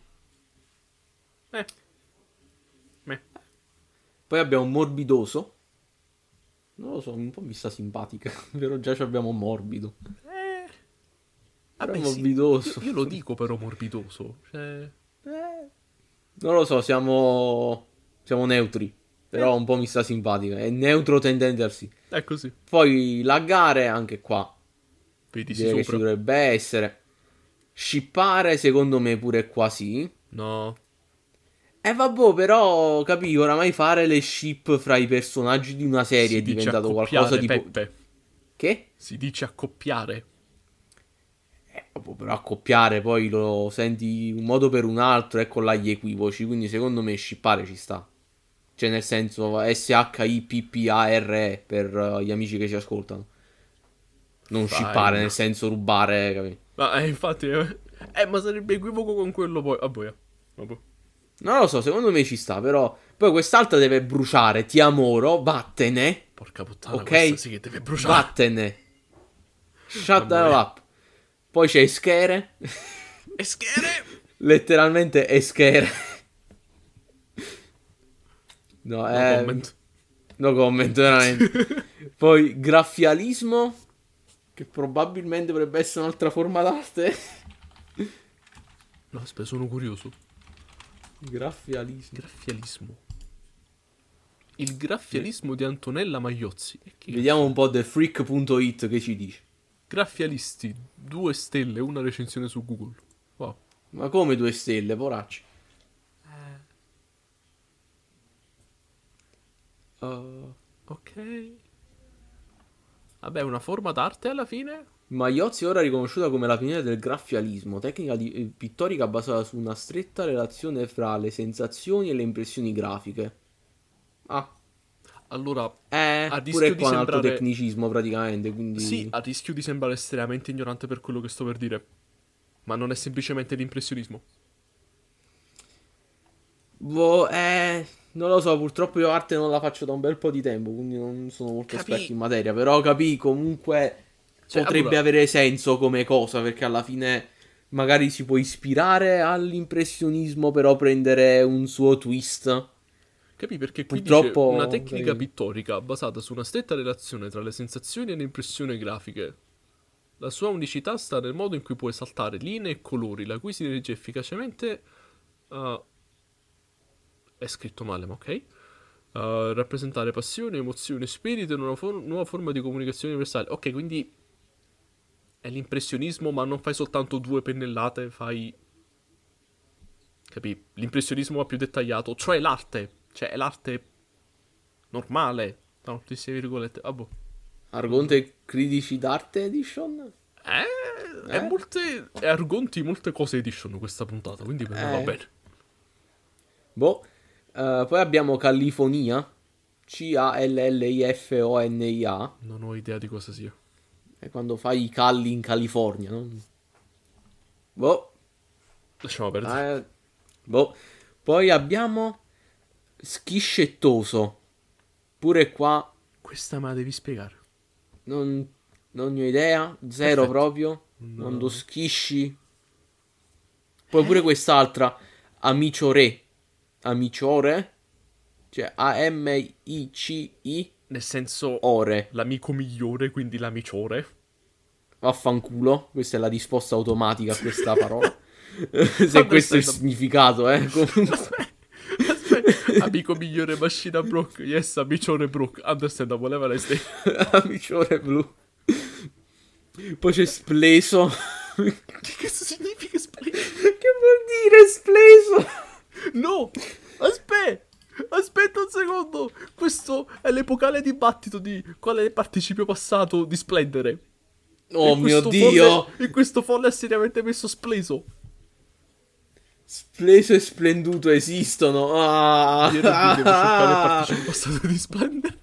B: Meh.
A: Poi abbiamo Morbidoso. Non lo so, un po' mi sta simpatica, però già ci abbiamo Morbido. Però è
B: Vabbè, sì.
A: morbidoso.
B: Io lo dico però morbidoso, cioè...
A: Non lo so, siamo neutri. Però un po' mi sta simpatica. È neutro tendente al sì.
B: È così.
A: Poi laggare, anche qua.
B: Vedi
A: Direi che ci
B: sopra.
A: dovrebbe essere. Shippare, secondo me, pure qua sì.
B: No.
A: Vabbè, però, capì, oramai fare le ship fra i personaggi di una serie
B: Si
A: è
B: dice
A: diventato
B: accoppiare,
A: qualcosa di...
B: Peppe.
A: Che?
B: Si dice accoppiare.
A: Vabbè, però accoppiare poi lo senti un modo per un altro, ecco là gli equivoci, quindi secondo me shippare ci sta. Cioè nel senso SHIPPARE per gli amici che ci ascoltano. Non
B: Fine.
A: shippare nel senso rubare, capì?
B: Ma infatti... ma sarebbe equivoco con quello poi. Ah, boia. Vabbè.
A: Non lo so, secondo me ci sta, però poi quest'altra deve bruciare, ti amoro, vattene.
B: Porca puttana,
A: Ok?
B: questa sì che deve bruciare.
A: Vattene. Shut the hell
B: Vabbè.
A: up. Poi c'è Eschere.
B: E schere!
A: Letteralmente Eschere. No,
B: No comment.
A: no comment, veramente. Poi graffialismo, che probabilmente dovrebbe essere un'altra forma d'arte.
B: No, aspetta, sono curioso.
A: Graffialismo.
B: Graffialismo. Il graffialismo di Antonella Magliozzi. E chi
A: Vediamo un po' TheFreak.it che ci dice.
B: Graffialisti, 2 stelle, una recensione su Google. Wow.
A: Ma come 2 stelle, poracci?
B: Ok. Vabbè, una forma d'arte alla fine?
A: Maiozzi è ora riconosciuta come la pioniera del graffialismo, tecnica pittorica basata su una stretta relazione fra le sensazioni e le impressioni grafiche. Ah,
B: Allora,
A: pure
B: rischio di
A: qua un altro
B: sembrare...
A: tecnicismo praticamente, quindi...
B: Sì, a rischio di sembrare estremamente ignorante per quello che sto per dire. Ma non è semplicemente l'impressionismo.
A: Boh, non lo so, purtroppo io arte non la faccio da un bel po' di tempo, quindi non sono molto
B: Capì?
A: esperto in materia, però capì, comunque
B: Cioè,
A: potrebbe
B: allora-
A: avere senso come cosa, perché alla fine magari si può ispirare all'impressionismo, però prendere un suo twist.
B: Capì? Perché qui
A: Purtroppo,
B: dice una tecnica
A: capì.
B: pittorica basata su una stretta relazione tra le sensazioni e le impressioni grafiche. La sua unicità sta nel modo in cui può esaltare linee e colori, la cui si legge efficacemente... è scritto male, ma ok. Rappresentare passione, emozione, spirito in una nuova forma di comunicazione universale. Ok, quindi è l'impressionismo, ma non fai soltanto 2 pennellate, fai... Capì? L'impressionismo va più dettagliato, cioè l'arte. Cioè, è l'arte normale, tra moltissime virgolette. Ah, boh.
A: Argonte Critici d'Arte Edition?
B: È argonti molte cose edition questa puntata, quindi per me va bene.
A: Boh. Poi abbiamo Callifonia. Callifonia.
B: Non ho idea di cosa sia.
A: È quando fai i calli in California, no? Boh.
B: Lasciamo perdere.
A: Boh. Poi abbiamo Schiscettoso. Pure qua
B: Questa me la devi spiegare.
A: non ne ho idea. Zero
B: Perfetto.
A: proprio. Quando schisci. Poi pure quest'altra. Amiciore. Amiciore. Cioè AMICI.
B: Nel senso,
A: Ore.
B: l'amico migliore, quindi l'amiciore.
A: Vaffanculo. Questa è la risposta automatica a questa parola. Se questo è il significato, comunque.
B: Aspetta, amico migliore Machina Brock. Yes, amiciore Brock. Understandable, voleva restare.
A: Amiciore blu. Poi c'è Spleso.
B: Che cazzo significa spleso?
A: Che vuol dire Spleso?
B: No! Aspetta un secondo! Questo è l'epocale dibattito di qual è il participio passato di splendere.
A: Oh
B: In
A: mio
B: questo
A: Dio!
B: in questo folle è seriamente messo spleso.
A: Spleso e splenduto esistono. Ah,
B: Io non devo cercare il participio passato di splendere.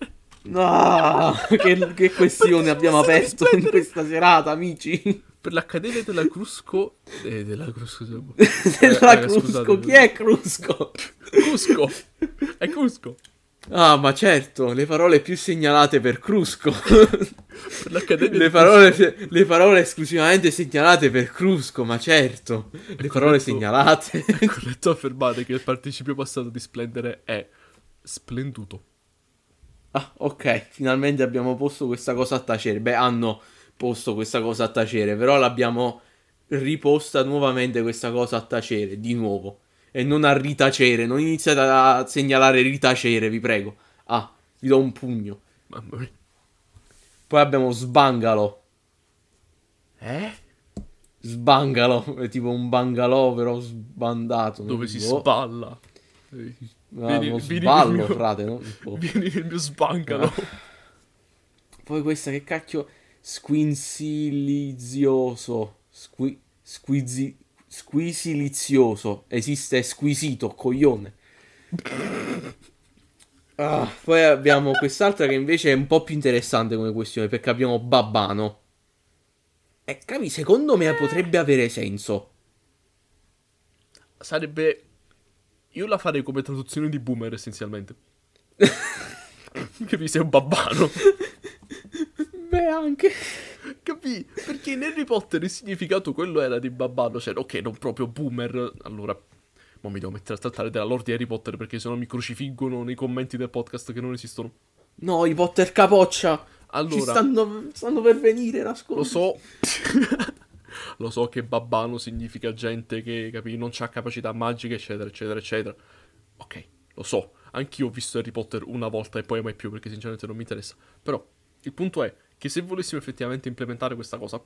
A: che questione abbiamo aperto in
B: Splendere.
A: questa serata, amici?
B: Per l'Accademia della Crusco... della Crusco...
A: Della Crusco.
B: scusate.
A: Chi è Crusco?
B: Cusco! È Cusco!
A: Ah, ma certo, le parole più segnalate per Crusco.
B: Per l'Accademia
A: Le parole esclusivamente segnalate per Crusco, ma certo. Le parole segnalate.
B: È corretto affermare che il participio passato di splendere è splenduto.
A: Ah, ok, finalmente abbiamo posto questa cosa a tacere. Beh, hanno posto questa cosa a tacere, però l'abbiamo riposta nuovamente questa cosa a tacere, di nuovo. e non a ritacere. Non iniziate a segnalare ritacere, vi prego. Ah, vi do un pugno.
B: Mamma mia.
A: Poi abbiamo Sbangalo. Sbangalo, è tipo un bangalò però sbandato. non
B: Dove si
A: boh.
B: sballa.
A: Sballo,
B: nel mio-
A: frate, no? Boh.
B: Vieni nel mio sbangalo.
A: Poi questa che cacchio... Squinsilizioso. Squisilizioso. Esiste squisito, coglione. Poi abbiamo quest'altra che invece è un po' più interessante come questione, perché abbiamo Babbano. E capi, secondo me potrebbe avere senso.
B: Sarebbe... Io la farei come traduzione di boomer, essenzialmente. Capi, sei un babbano.
A: Beh, anche...
B: Capì? Perché in Harry Potter il significato quello era di babbano. Cioè, ok, non proprio boomer. Allora, ma mi devo mettere a trattare della lore di Harry Potter perché sennò mi crocifiggono nei commenti del podcast che non esistono.
A: No, i Potter capoccia.
B: Allora,
A: Ci stanno per venire, nascondi.
B: lo so. Lo so che babbano significa gente che, capì, non ha capacità magiche, eccetera, eccetera, eccetera. Ok, lo so. Anch'io ho visto Harry Potter una volta e poi mai più, perché sinceramente non mi interessa. Però, il punto è che se volessimo effettivamente implementare questa cosa,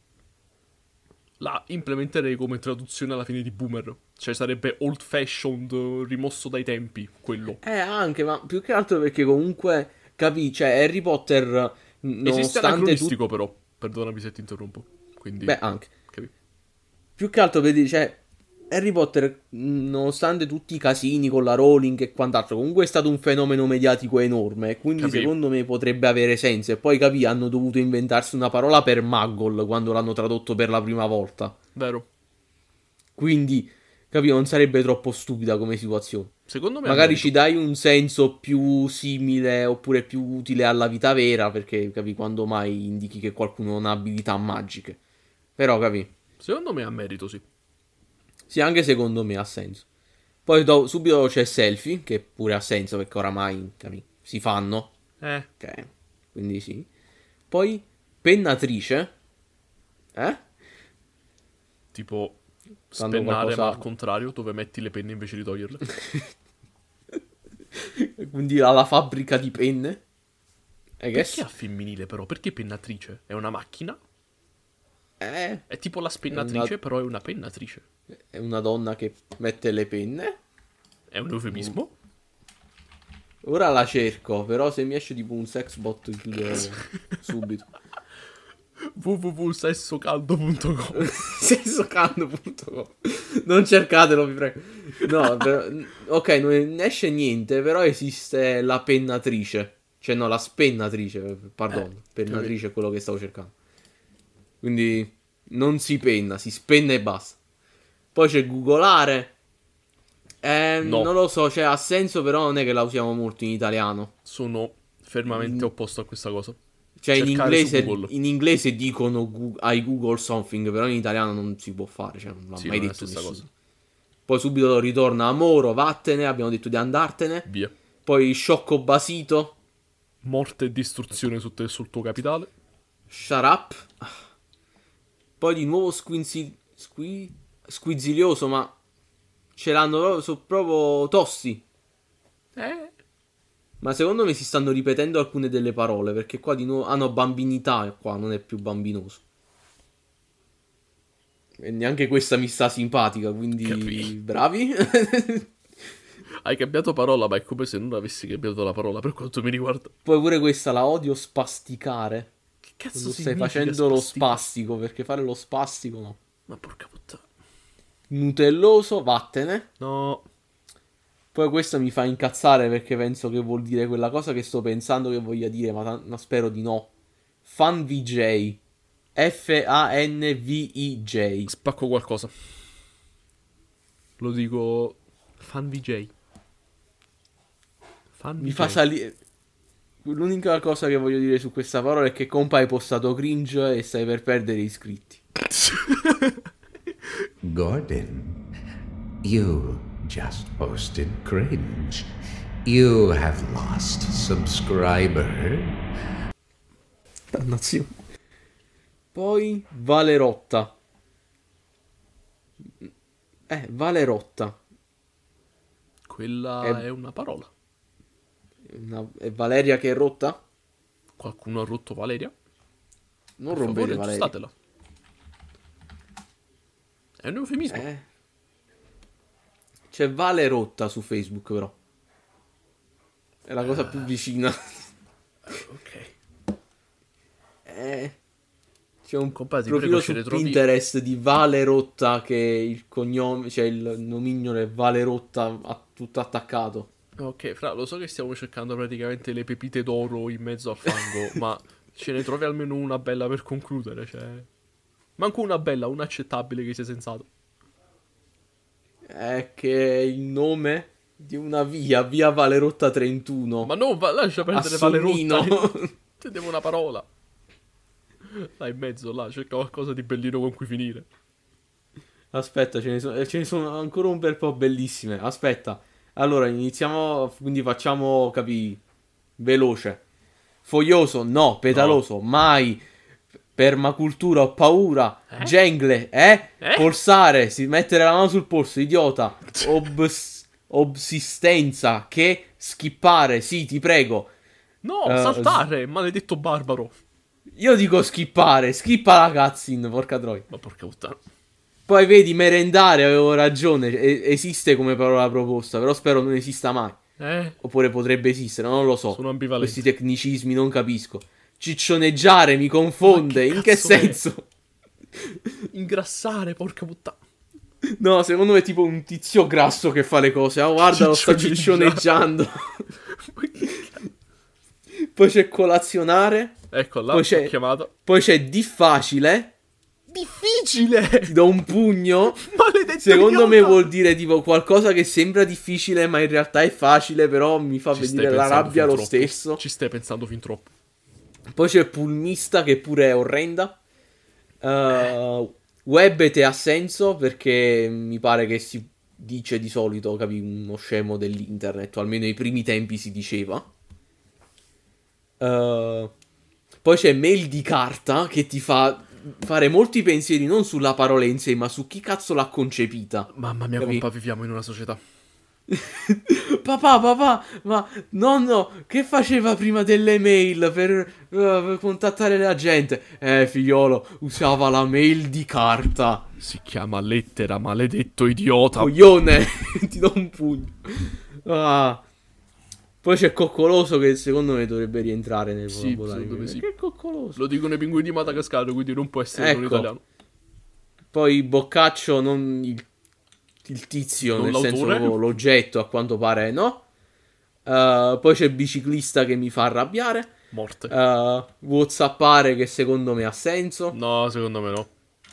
B: la implementerei come traduzione alla fine di boomer. Cioè sarebbe old fashioned, rimosso dai tempi, quello.
A: Anche, ma più che altro perché comunque, capì, cioè Harry Potter,
B: Esiste
A: nonostante
B: anacronistico però, perdonami se ti interrompo. Quindi,
A: Beh, anche.
B: capì?
A: Più che altro vedi, cioè, Harry Potter, nonostante tutti i casini con la Rowling e quant'altro, comunque è stato un fenomeno mediatico enorme. Quindi
B: Capì.
A: secondo me potrebbe avere senso. E poi capì, hanno dovuto inventarsi una parola per Muggle quando l'hanno tradotto per la prima volta.
B: Vero.
A: Quindi, capì, non sarebbe troppo stupida come situazione.
B: Secondo me
A: Magari
B: merito.
A: ci dai un senso più simile oppure più utile alla vita vera, perché capì quando mai indichi che qualcuno non ha abilità magiche. Però capì,
B: Secondo me ha merito, sì.
A: sì, anche secondo me ha senso. Poi subito c'è Selfie, che pure ha senso perché oramai capì, si fanno. Ok, quindi sì. Poi Pennatrice.
B: Tipo
A: Quando
B: spennare
A: qualcosa-
B: ma al contrario, dove metti le penne invece di toglierle.
A: Quindi alla fabbrica di penne. I guess.
B: Perché a femminile però? Perché pennatrice? È una macchina?
A: Eh,
B: È tipo la spennatrice,
A: Una-
B: però è una pennatrice.
A: è una donna che mette le penne.
B: È un eufemismo?
A: Ora la cerco, però se mi esce tipo un sexbot chiudo subito.
B: www.sessocaldo.com
A: Sensocando.com. Non cercatelo, vi prego. No, ok, non esce niente, però esiste la pennatrice. Cioè no, la spennatrice, pardon. Pennatrice è quello che stavo cercando. Quindi non si penna, si spenna e basta. Poi c'è googolare.
B: No.
A: Non lo so, cioè ha senso, però non è che la usiamo molto in italiano.
B: Sono fermamente opposto a questa cosa.
A: Cioè
B: Cercare su Google.
A: in inglese dicono I Google something, però in italiano non si può fare, cioè non l'ha
B: Sì,
A: mai
B: non è
A: detto
B: la stessa
A: nessuno.
B: cosa.
A: Poi subito ritorna Amoro, vattene, abbiamo detto di andartene.
B: Via.
A: Poi Sciocco Basito,
B: Morte e distruzione sul tuo capitale.
A: Shut up. Poi di nuovo Squizilioso, ma ce l'hanno proprio, sono proprio tosti. Ma secondo me si stanno ripetendo alcune delle parole, perché qua di nuovo hanno bambinità, qua non è più bambinoso. E neanche questa mi sta simpatica, quindi
B: Capì.
A: bravi.
B: Hai cambiato parola, ma è come se non avessi cambiato la parola per quanto mi riguarda.
A: Poi pure questa la odio, spasticare.
B: Che cazzo
A: Quando stai
B: significa
A: facendo lo
B: spasticare?
A: spastico, perché fare lo spastico no.
B: Ma porca puttana.
A: Nutelloso, vattene.
B: No.
A: Poi questo mi fa incazzare perché penso che vuol dire quella cosa che sto pensando che voglia dire, ma spero di no. Fan VJ. FANVIJ.
B: Spacco qualcosa. Lo dico... Fan VJ. Fan
A: Mi
B: VJ.
A: fa salire. L'unica cosa che voglio dire su questa parola è che compa hai postato cringe e stai per perdere iscritti.
H: Gordon, you just posted cringe. You have lost subscriber.
A: Dannazione. Poi Valerotta. Valerotta.
B: Quella è una parola.
A: È Valeria che è rotta?
B: Qualcuno ha rotto Valeria?
A: Non
B: Per
A: rompere
B: favore,
A: Valeria.
B: aggiustatela. È un eufemismo.
A: C'è Vale rotta su Facebook, però. È la cosa più vicina.
B: Ok.
A: C'è un
B: Compa, ti
A: profilo
B: prego,
A: su
B: ce ne trovi-
A: Pinterest di Vale rotta che il cognome, cioè il nomignolo è Vale rotta, tutto attaccato.
B: Ok, fra, lo so che stiamo cercando praticamente le pepite d'oro in mezzo al fango, ma ce ne trovi almeno una bella per concludere, cioè... Manco una bella, una accettabile che sia sensato.
A: È che è il nome di una via Vale rotta 31.
B: Ma no, lascia
A: a
B: perdere Vale
A: Sonnino.
B: rotta. Ti devo una parola. Là in mezzo, là, cerca qualcosa di bellino con cui finire.
A: Aspetta, ce ne sono ancora un bel po' bellissime. Aspetta. Allora, iniziamo, quindi facciamo, veloce. Foglioso, no. Petaloso, mai. Permacultura, ho paura. Gengle, polsare, si mettere la mano sul polso, idiota. Obsistenza, che? Skippare, sì, ti prego.
B: No, saltare, maledetto barbaro.
A: Io dico skippare, skippa la cutscene, porca troia.
B: Ma porca puttana.
A: Poi vedi, merendare, avevo ragione, esiste come parola proposta, però spero non esista mai. Oppure potrebbe esistere, non lo so.
B: Sono ambivalente.
A: Questi tecnicismi non capisco. Ciccioneggiare mi confonde, in che
B: cazzo è?
A: senso?
B: Ingrassare, porca puttana.
A: No, secondo me è tipo un tizio grasso che fa le cose. Ah, guarda, lo sta ciccioneggiando. Poi c'è colazionare.
B: Ecco là,
A: Poi c'è,
B: chiamato.
A: poi c'è difficile.
B: Difficile!
A: Ti do un pugno.
B: Maledetto
A: Secondo me
B: idiota!
A: vuol dire tipo qualcosa che sembra difficile ma in realtà è facile, però mi fa
B: Ci
A: venire
B: stai
A: la
B: pensando
A: rabbia
B: fin
A: lo
B: troppo.
A: stesso.
B: Ci stai pensando fin troppo.
A: Poi c'è pulmista che pure è orrenda. Webete ha senso perché mi pare che si dice di solito, uno scemo dell'internet, o almeno ai primi tempi si diceva. Poi c'è mail di carta che ti fa fare molti pensieri non sulla parola in sé, ma su chi cazzo l'ha concepita.
B: Mamma mia,
A: Capì?
B: compa, viviamo in una società.
A: Papà, ma nonno, che faceva prima delle mail per contattare la gente? Figliolo, usava la mail di carta.
B: Si chiama lettera, maledetto idiota.
A: Coglione, ti do un pugno. Ah. Poi c'è coccoloso che secondo me dovrebbe rientrare nel
B: Sì,
A: vocabolario.
B: secondo me sì.
A: Che coccoloso?
B: Lo dicono i pinguini di Madagascar, quindi non può essere non
A: Ecco.
B: italiano.
A: Poi boccaccio, non il tizio,
B: Non
A: nel senso
B: l'autore?
A: l'oggetto, a quanto pare no. Poi c'è biciclista che mi fa arrabbiare.
B: Morte.
A: Whatsappare che secondo me ha senso.
B: No, secondo me no.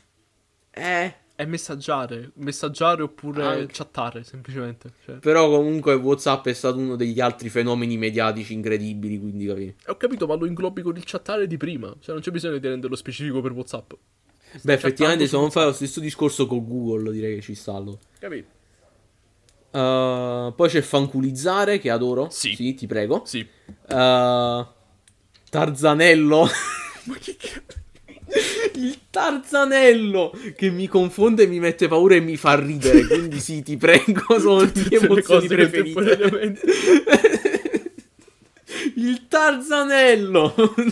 B: È messaggiare. Messaggiare oppure
A: Anche.
B: chattare, semplicemente. Cioè.
A: Però comunque Whatsapp è stato uno degli altri fenomeni mediatici incredibili, quindi capi.
B: Ho capito, ma lo inglobi con il chattare di prima. Cioè non c'è bisogno di renderlo specifico per WhatsApp.
A: Beh, effettivamente se
B: chattando
A: non fai lo stesso discorso con Google direi che ci sta allora.
B: Capito?
A: Poi c'è fanculizzare che adoro.
B: Sì.
A: Ti prego.
B: Sì.
A: Tarzanello.
B: Ma che cazzo?
A: Il Tarzanello che mi confonde e mi mette paura e mi fa ridere. Quindi sì, ti prego, sono le mie
B: Tutte le
A: emozioni
B: cose
A: preferite.
B: contemporaneamente.
A: Il Tarzanello.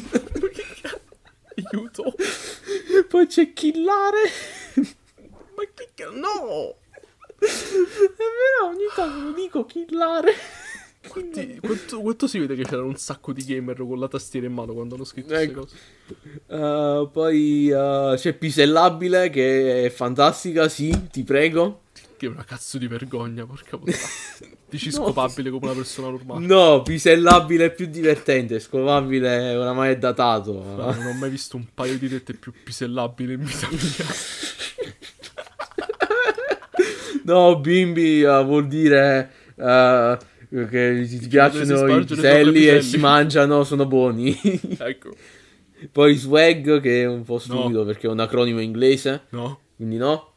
B: Aiuto.
A: Poi c'è killare.
B: Ma che cazzo? No!
A: È vero, ogni tanto lo dico killare.
B: Quanto si vede che c'erano un sacco di gamer con la tastiera in mano quando hanno scritto queste
A: Ecco.
B: cose?
A: Poi c'è Pisellabile che è fantastica, sì, ti prego.
B: Che è una cazzo di vergogna, porca puttana. Dici
A: No,
B: scopabile come una persona normale.
A: No, Pisellabile è più divertente, Scovabile oramai è datato.
B: No, non ho mai visto un paio di tette più pisellabili in vita mia.
A: No, bimbi vuol dire che ti piacciono i
B: spargere
A: piselli
B: sopra i
A: e
B: piselli.
A: si mangiano, sono buoni.
B: Ecco.
A: Poi swag che è un po' stupido perché è un acronimo inglese,
B: No.
A: quindi no.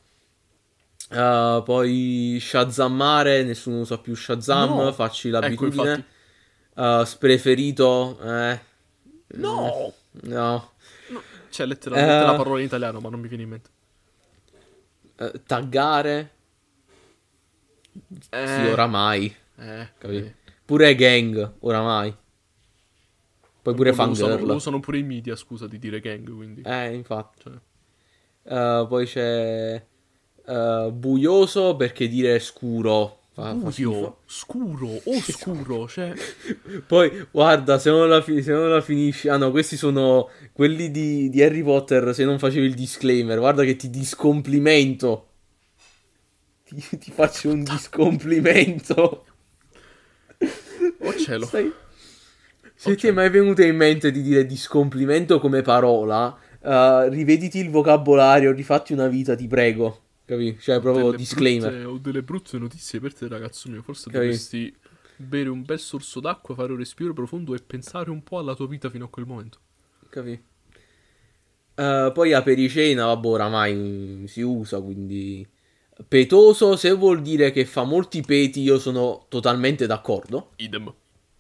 A: Poi Shazammare, nessuno usa più Shazam,
B: No.
A: facci
B: Ecco,
A: l'abitudine.
B: infatti.
A: Spreferito,
B: No.
A: no.
B: C'è letteralmente la parola in italiano, ma non mi viene in mente.
A: Taggare, sì, oramai. capì? Pure gang, oramai. Poi pure fangirl.
B: Lo usano pure i media, scusa, di dire gang, quindi.
A: Infatti.
B: Cioè.
A: Poi c'è buioso perché dire scuro. Fa schifo.
B: Scuro, oscuro, cioè...
A: Poi, guarda, se non la finisci... Ah no, questi sono quelli di Harry Potter, se non facevi il disclaimer. Guarda che ti discomplimento. Ti faccio un discomplimento.
B: Oh cielo.
A: Se ti è mai venuto in mente di dire discomplimento come parola, rivediti il vocabolario, rifatti una vita, ti prego. Capì? Cioè, proprio disclaimer.
B: Ho delle brutte notizie per te, ragazzo mio. Forse
A: Capì?
B: dovresti bere un bel sorso d'acqua, fare un respiro profondo e pensare un po' alla tua vita fino a quel momento.
A: Capì? Poi apericena, vabbè, oramai si usa, quindi... Petoso, se vuol dire che fa molti peti, io sono totalmente d'accordo.
B: Idem.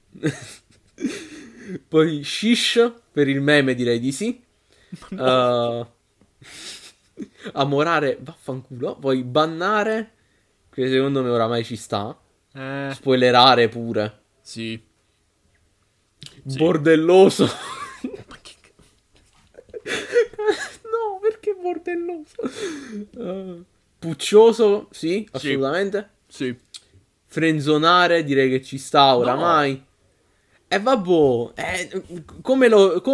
A: Poi shish, per il meme direi di sì. Amorare, vaffanculo. Poi bannare, che secondo me oramai ci sta. Spoilerare pure.
B: Sì.
A: Bordelloso. Ma che... No, perché bordelloso? Puccioso, sì, assolutamente.
B: Sì.
A: Frenzonare, direi che ci sta oramai. E vabbè, come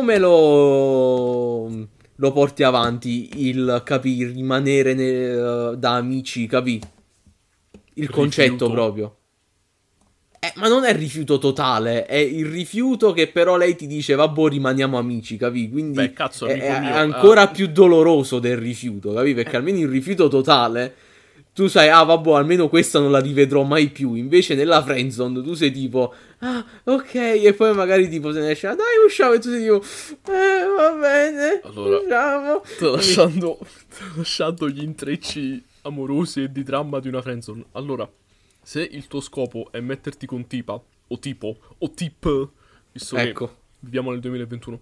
A: lo porti avanti il capire, rimanere da amici, capì? Il concetto proprio. Ma non è il rifiuto totale, è il rifiuto che però lei ti dice vabbè rimaniamo amici, capì? Quindi
B: beh, cazzo,
A: è
B: mio,
A: ancora più doloroso del rifiuto, capì? Perché almeno il rifiuto totale tu sai, vabbè, almeno questa non la rivedrò mai più. Invece nella friendzone tu sei tipo, ok, e poi magari tipo se ne esce, dai usciamo, e tu sei tipo, va bene,
B: allora,
A: usciamo.
B: lasciando gli intrecci amorosi e di dramma di una friendzone. Allora, se il tuo scopo è metterti con tipa, o tipo, o tip, visto che viviamo nel 2021,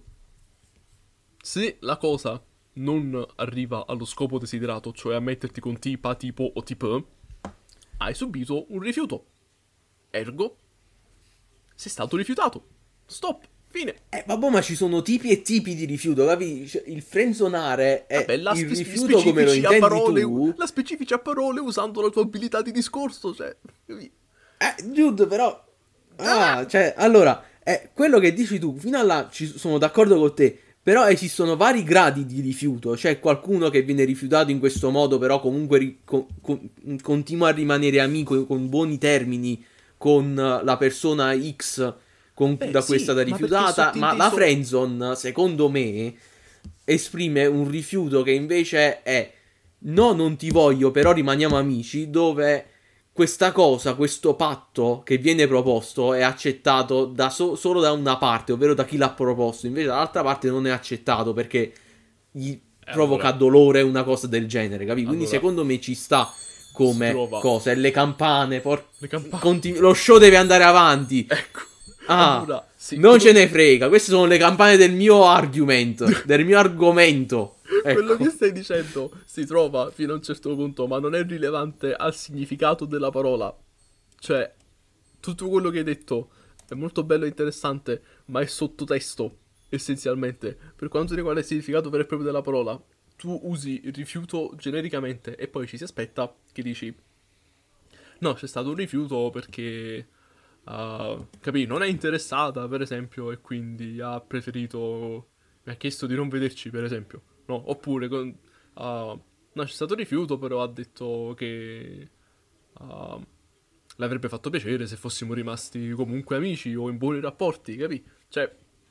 B: se la cosa non arriva allo scopo desiderato, cioè a metterti con tipa, tipo o tip, hai subito un rifiuto. Ergo, sei stato rifiutato. Stop. Fine.
A: Vabbè, ma ci sono tipi e tipi di rifiuto, capi? Cioè, il frenzonare è il rifiuto come lo intendi tu.
B: La specifici a parole usando la tua abilità di discorso, cioè...
A: Jude, però... cioè, allora, quello che dici tu, fino a là sono d'accordo con te, però esistono vari gradi di rifiuto. C'è qualcuno che viene rifiutato in questo modo, però comunque continua a rimanere amico con buoni termini con la persona X da cui è stata rifiutata. Ma la friendzone, secondo me, esprime un rifiuto che invece è no, non ti voglio, però rimaniamo amici, dove questa cosa, questo patto che viene proposto è accettato solo da una parte, ovvero da chi l'ha proposto, invece dall'altra parte non è accettato perché gli provoca dolore una cosa del genere, capito? Quindi secondo me ci sta come cosa, e le campane, lo show deve andare avanti.
B: Ecco.
A: Allora, non ce ne frega, queste sono le campane del mio argument, del mio argomento. Ecco.
B: Quello che stai dicendo si trova fino a un certo punto, ma non è rilevante al significato della parola. Cioè, tutto quello che hai detto è molto bello e interessante, ma è sottotesto, essenzialmente. Per quanto riguarda il significato vero e proprio della parola, tu usi il rifiuto genericamente e poi ci si aspetta che dici no, c'è stato un rifiuto perché... capì, non è interessata, per esempio, e quindi ha preferito... mi ha chiesto di non vederci, per esempio. No, oppure no, c'è stato rifiuto, però ha detto che l'avrebbe fatto piacere se fossimo rimasti comunque amici o in buoni rapporti, capì? Cioè,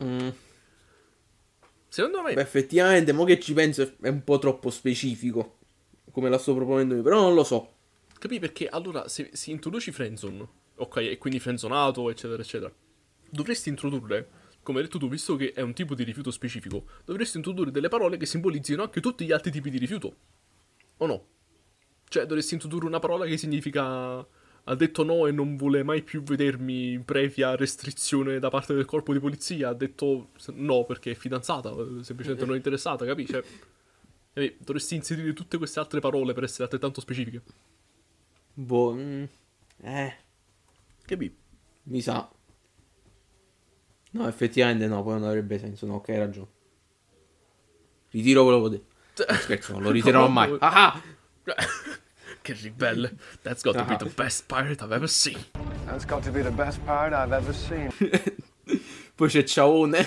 B: secondo me...
A: Beh, effettivamente, mo che ci penso è un po' troppo specifico, come la sto proponendo io, però non lo so.
B: Capì? Perché allora, se si introduci friendzone, ok, e quindi frenzonato, eccetera, eccetera, dovresti introdurre, come hai detto tu, visto che è un tipo di rifiuto specifico, dovresti introdurre delle parole che simbolizzino anche tutti gli altri tipi di rifiuto. O no? Cioè, dovresti introdurre una parola che significa ha detto no e non vuole mai più vedermi previa restrizione da parte del corpo di polizia, ha detto no perché è fidanzata, semplicemente non è interessata, capisci? Cioè, dovresti inserire tutte queste altre parole per essere altrettanto specifiche. Capì?
A: Mi sa. No, effettivamente no, poi non avrebbe senso. No, ok, hai ragione. Ritiro quello che ho detto. No, scherzo, non lo ritirerò mai.
B: No.
A: Ah!
B: Che ribelle. That's got to be the best pirate I've ever seen.
I: That's got to be the best pirate I've ever seen.
A: Poi c'è Ciaone.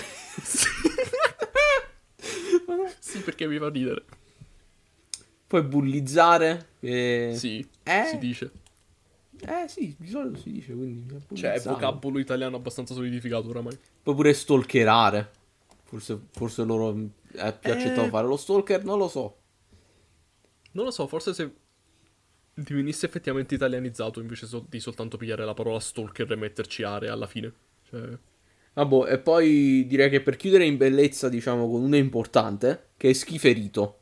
B: Sì, perché mi fa ridere.
A: Poi bullizzare. Che...
B: Sì, si dice.
A: Sì, di solito si dice, quindi...
B: Cioè, è vocabolo italiano abbastanza solidificato oramai.
A: Poi pure stalkerare. Forse loro è più accettato fare lo stalker, non lo so.
B: Non lo so, forse se venisse effettivamente italianizzato invece di soltanto pigliare la parola stalker e metterci area alla fine. Cioè...
A: Vabbè, e poi direi che per chiudere in bellezza, diciamo, con una importante, che è Schiferito.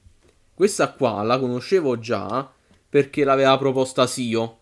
A: Questa qua la conoscevo già perché l'aveva proposta Sio.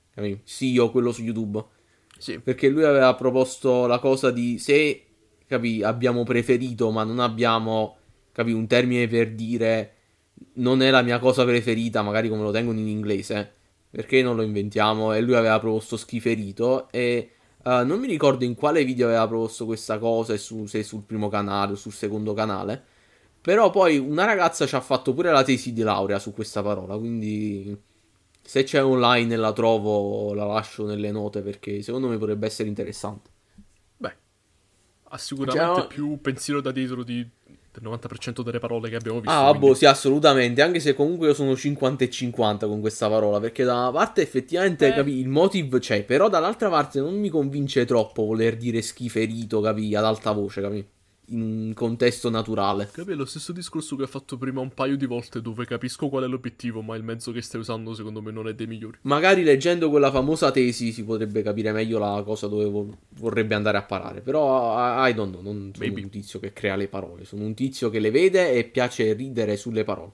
A: Sio, quello su YouTube.
B: Sì.
A: Perché lui aveva proposto la cosa di se, abbiamo preferito ma non abbiamo, un termine per dire non è la mia cosa preferita, magari come lo tengono in inglese, perché non lo inventiamo? E lui aveva proposto Schiferito e non mi ricordo in quale video aveva proposto questa cosa e se sul primo canale o sul secondo canale, però poi una ragazza ci ha fatto pure la tesi di laurea su questa parola, quindi se c'è online e la trovo la lascio nelle note perché secondo me potrebbe essere interessante.
B: Beh, ha sicuramente più pensiero da dietro del 90% delle parole che abbiamo visto.
A: Boh, sì, assolutamente, anche se comunque io sono 50 e 50 con questa parola, perché da una parte effettivamente, il motive c'è, però dall'altra parte non mi convince troppo voler dire Schiferito, ad alta voce, in un contesto naturale.
B: È lo stesso discorso che ho fatto prima un paio di volte, dove capisco qual è l'obiettivo, ma il mezzo che stai usando secondo me non è dei migliori.
A: Magari leggendo quella famosa tesi si potrebbe capire meglio la cosa dove vorrebbe andare a parare, però I don't know, non sono un tizio che crea le parole, sono un tizio che le vede e piace ridere sulle parole.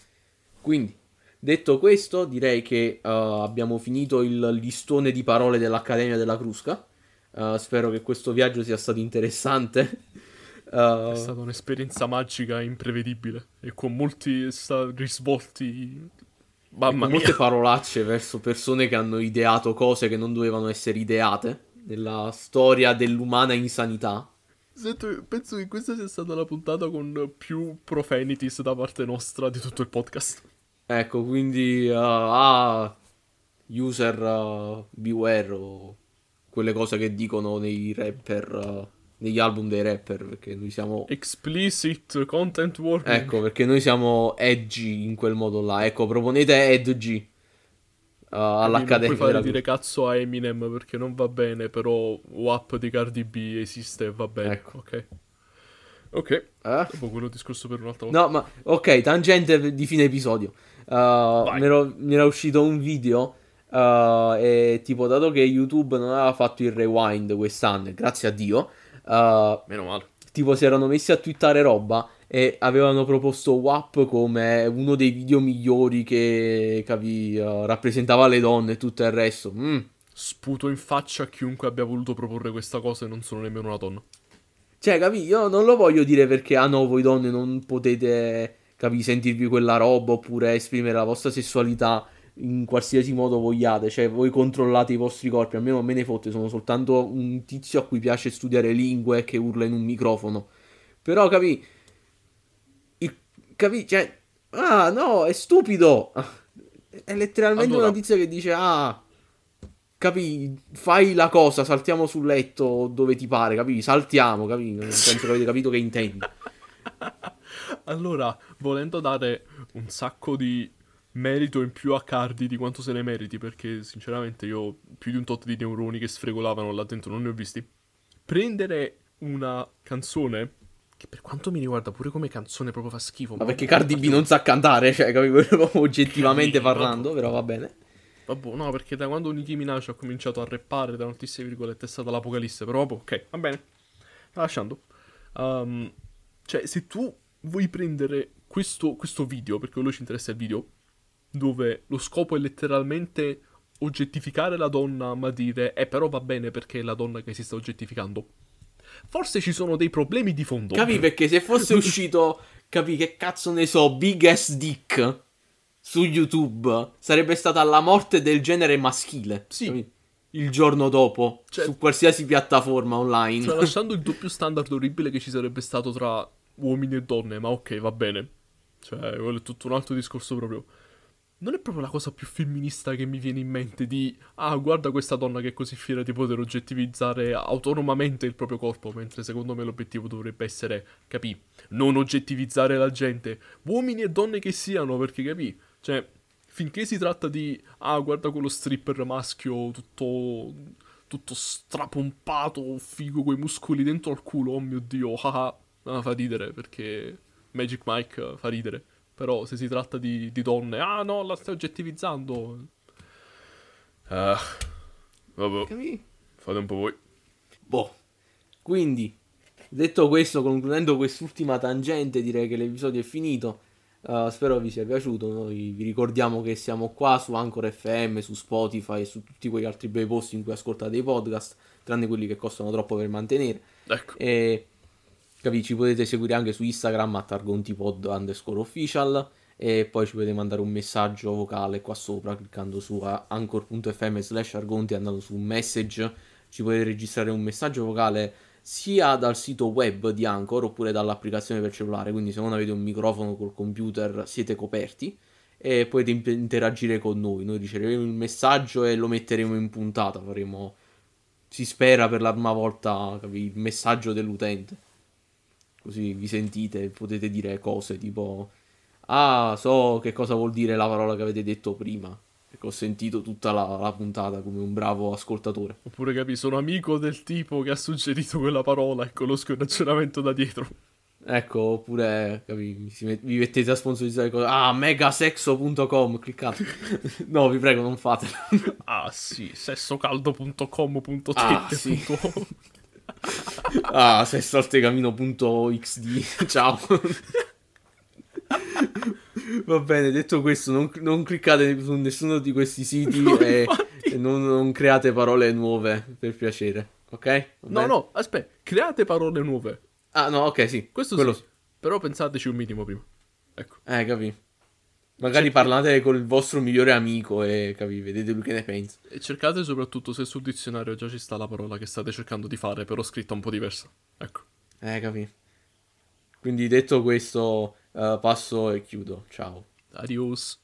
A: Quindi, detto questo, direi che abbiamo finito il listone di parole dell'Accademia della Crusca. Spero che questo viaggio sia stato interessante.
B: È stata un'esperienza magica e imprevedibile e con molti risvolti, mamma mia,
A: molte parolacce verso persone che hanno ideato cose che non dovevano essere ideate nella storia dell'umana insanità.
B: Sento, penso che questa sia stata la puntata con più profanities da parte nostra di tutto il podcast.
A: Ecco, quindi user beware o quelle cose che dicono nei rapper, negli album dei rapper, perché noi siamo
B: explicit content warning.
A: Ecco, perché noi siamo edgy in quel modo là. Ecco, proponete edgy all'Accademia.
B: Non puoi fare dire cazzo a Eminem perché non va bene, però WAP di Cardi B esiste e va bene.
A: Ecco.
B: Ok. Dopo quello discorso per un'altra volta.
A: No, ma ok, tangente di fine episodio. Mi era uscito un video e tipo, dato che YouTube non aveva fatto il rewind quest'anno, grazie a Dio,
B: meno male,
A: tipo si erano messi a twittare roba e avevano proposto WAP come uno dei video migliori che rappresentava le donne e tutto il resto.
B: Sputo in faccia a chiunque abbia voluto proporre questa cosa e non sono nemmeno una donna.
A: Cioè, io non lo voglio dire perché no, voi donne non potete, sentirvi quella roba oppure esprimere la vostra sessualità in qualsiasi modo vogliate, cioè voi controllate i vostri corpi, a me non me ne fotte, sono soltanto un tizio a cui piace studiare lingue che urla in un microfono, però cioè, no, è stupido, è letteralmente una tizia che dice fai la cosa, saltiamo sul letto dove ti pare, saltiamo, non penso che avete capito che intendi.
B: Allora, volendo dare un sacco di merito in più a Cardi di quanto se ne meriti, perché sinceramente io più di un tot di neuroni che sfregolavano là dentro non ne ho visti. Prendere una canzone che per quanto mi riguarda pure come canzone proprio fa schifo.
A: Ma perché Cardi B non sa cantare, cioè proprio oggettivamente parlando, però va bene.
B: Vabbè, no, perché da quando Nicki Minaj ha cominciato a rappare, tra moltissime virgolette, è stata l'apocalisse, però vabbè, ok, va bene. Lasciando. Cioè, se tu vuoi prendere questo video, perché a lui ci interessa il video, dove lo scopo è letteralmente oggettificare la donna, ma dire però va bene perché è la donna che si sta oggettificando, forse ci sono dei problemi di fondo.
A: Perché se fosse uscito, che cazzo ne so, Big Ass Dick su YouTube, sarebbe stata la morte del genere maschile.
B: Sì.
A: il giorno dopo
B: Cioè-
A: su qualsiasi piattaforma online.
B: Tralasciando il doppio standard orribile che ci sarebbe stato tra uomini e donne, ma ok, va bene. Cioè, quello è tutto un altro discorso proprio. Non è proprio la cosa più femminista che mi viene in mente di ah, guarda questa donna che è così fiera di poter oggettivizzare autonomamente il proprio corpo, mentre secondo me l'obiettivo dovrebbe essere, capì, non oggettivizzare la gente, uomini e donne che siano, perché capì, cioè, finché si tratta di ah, guarda quello stripper maschio tutto strapompato, figo, coi muscoli dentro al culo, oh mio Dio, fa ridere, perché Magic Mike fa ridere. Però se si tratta di donne, ah no, la stai oggettivizzando. Ah, vabbè,
A: Capì?
B: fate un po' voi.
A: Boh. Quindi, detto questo, concludendo quest'ultima tangente, direi che l'episodio è finito. Spero vi sia piaciuto. Noi vi ricordiamo che siamo qua su Anchor FM, su Spotify e su tutti quegli altri bei posti in cui ascoltate i podcast, tranne quelli che costano troppo per mantenere.
B: Ecco.
A: E ci potete seguire anche su Instagram @argontipod_official, e poi ci potete mandare un messaggio vocale qua sopra cliccando su anchor.fm/argonti, andando su message. Ci potete registrare un messaggio vocale sia dal sito web di Anchor oppure dall'applicazione per cellulare, quindi se non avete un microfono col computer siete coperti e potete interagire con noi riceveremo il messaggio e lo metteremo in puntata, faremo, si spera per la prima volta, il messaggio dell'utente. Così vi sentite, potete dire cose tipo ah, so che cosa vuol dire la parola che avete detto prima, perché ho sentito tutta la puntata come un bravo ascoltatore.
B: Oppure capi, sono amico del tipo che ha suggerito quella parola e conosco il ragionamento da dietro.
A: Ecco, oppure vi mettete a sponsorizzare cose. Ah, megasexo.com, cliccate. No, vi prego, non fatelo.
B: Ah sì, sessocaldo.com.it.
A: Ah, sì. Ah, sessoaltegamino.xd. Ciao. Va bene, detto questo, non cliccate su nessuno di questi siti e non create parole nuove, per piacere, ok?
B: No, aspetta, create parole nuove.
A: Ah, no, ok, sì.
B: Questo
A: quello
B: sì, però pensateci un minimo prima. Ecco.
A: Capì. Magari parlate con il vostro migliore amico e vedete lui che ne pensa.
B: E cercate soprattutto se sul dizionario già ci sta la parola che state cercando di fare, però scritta un po' diversa. Ecco.
A: Capì. Quindi detto questo, passo e chiudo. Ciao.
B: Adios.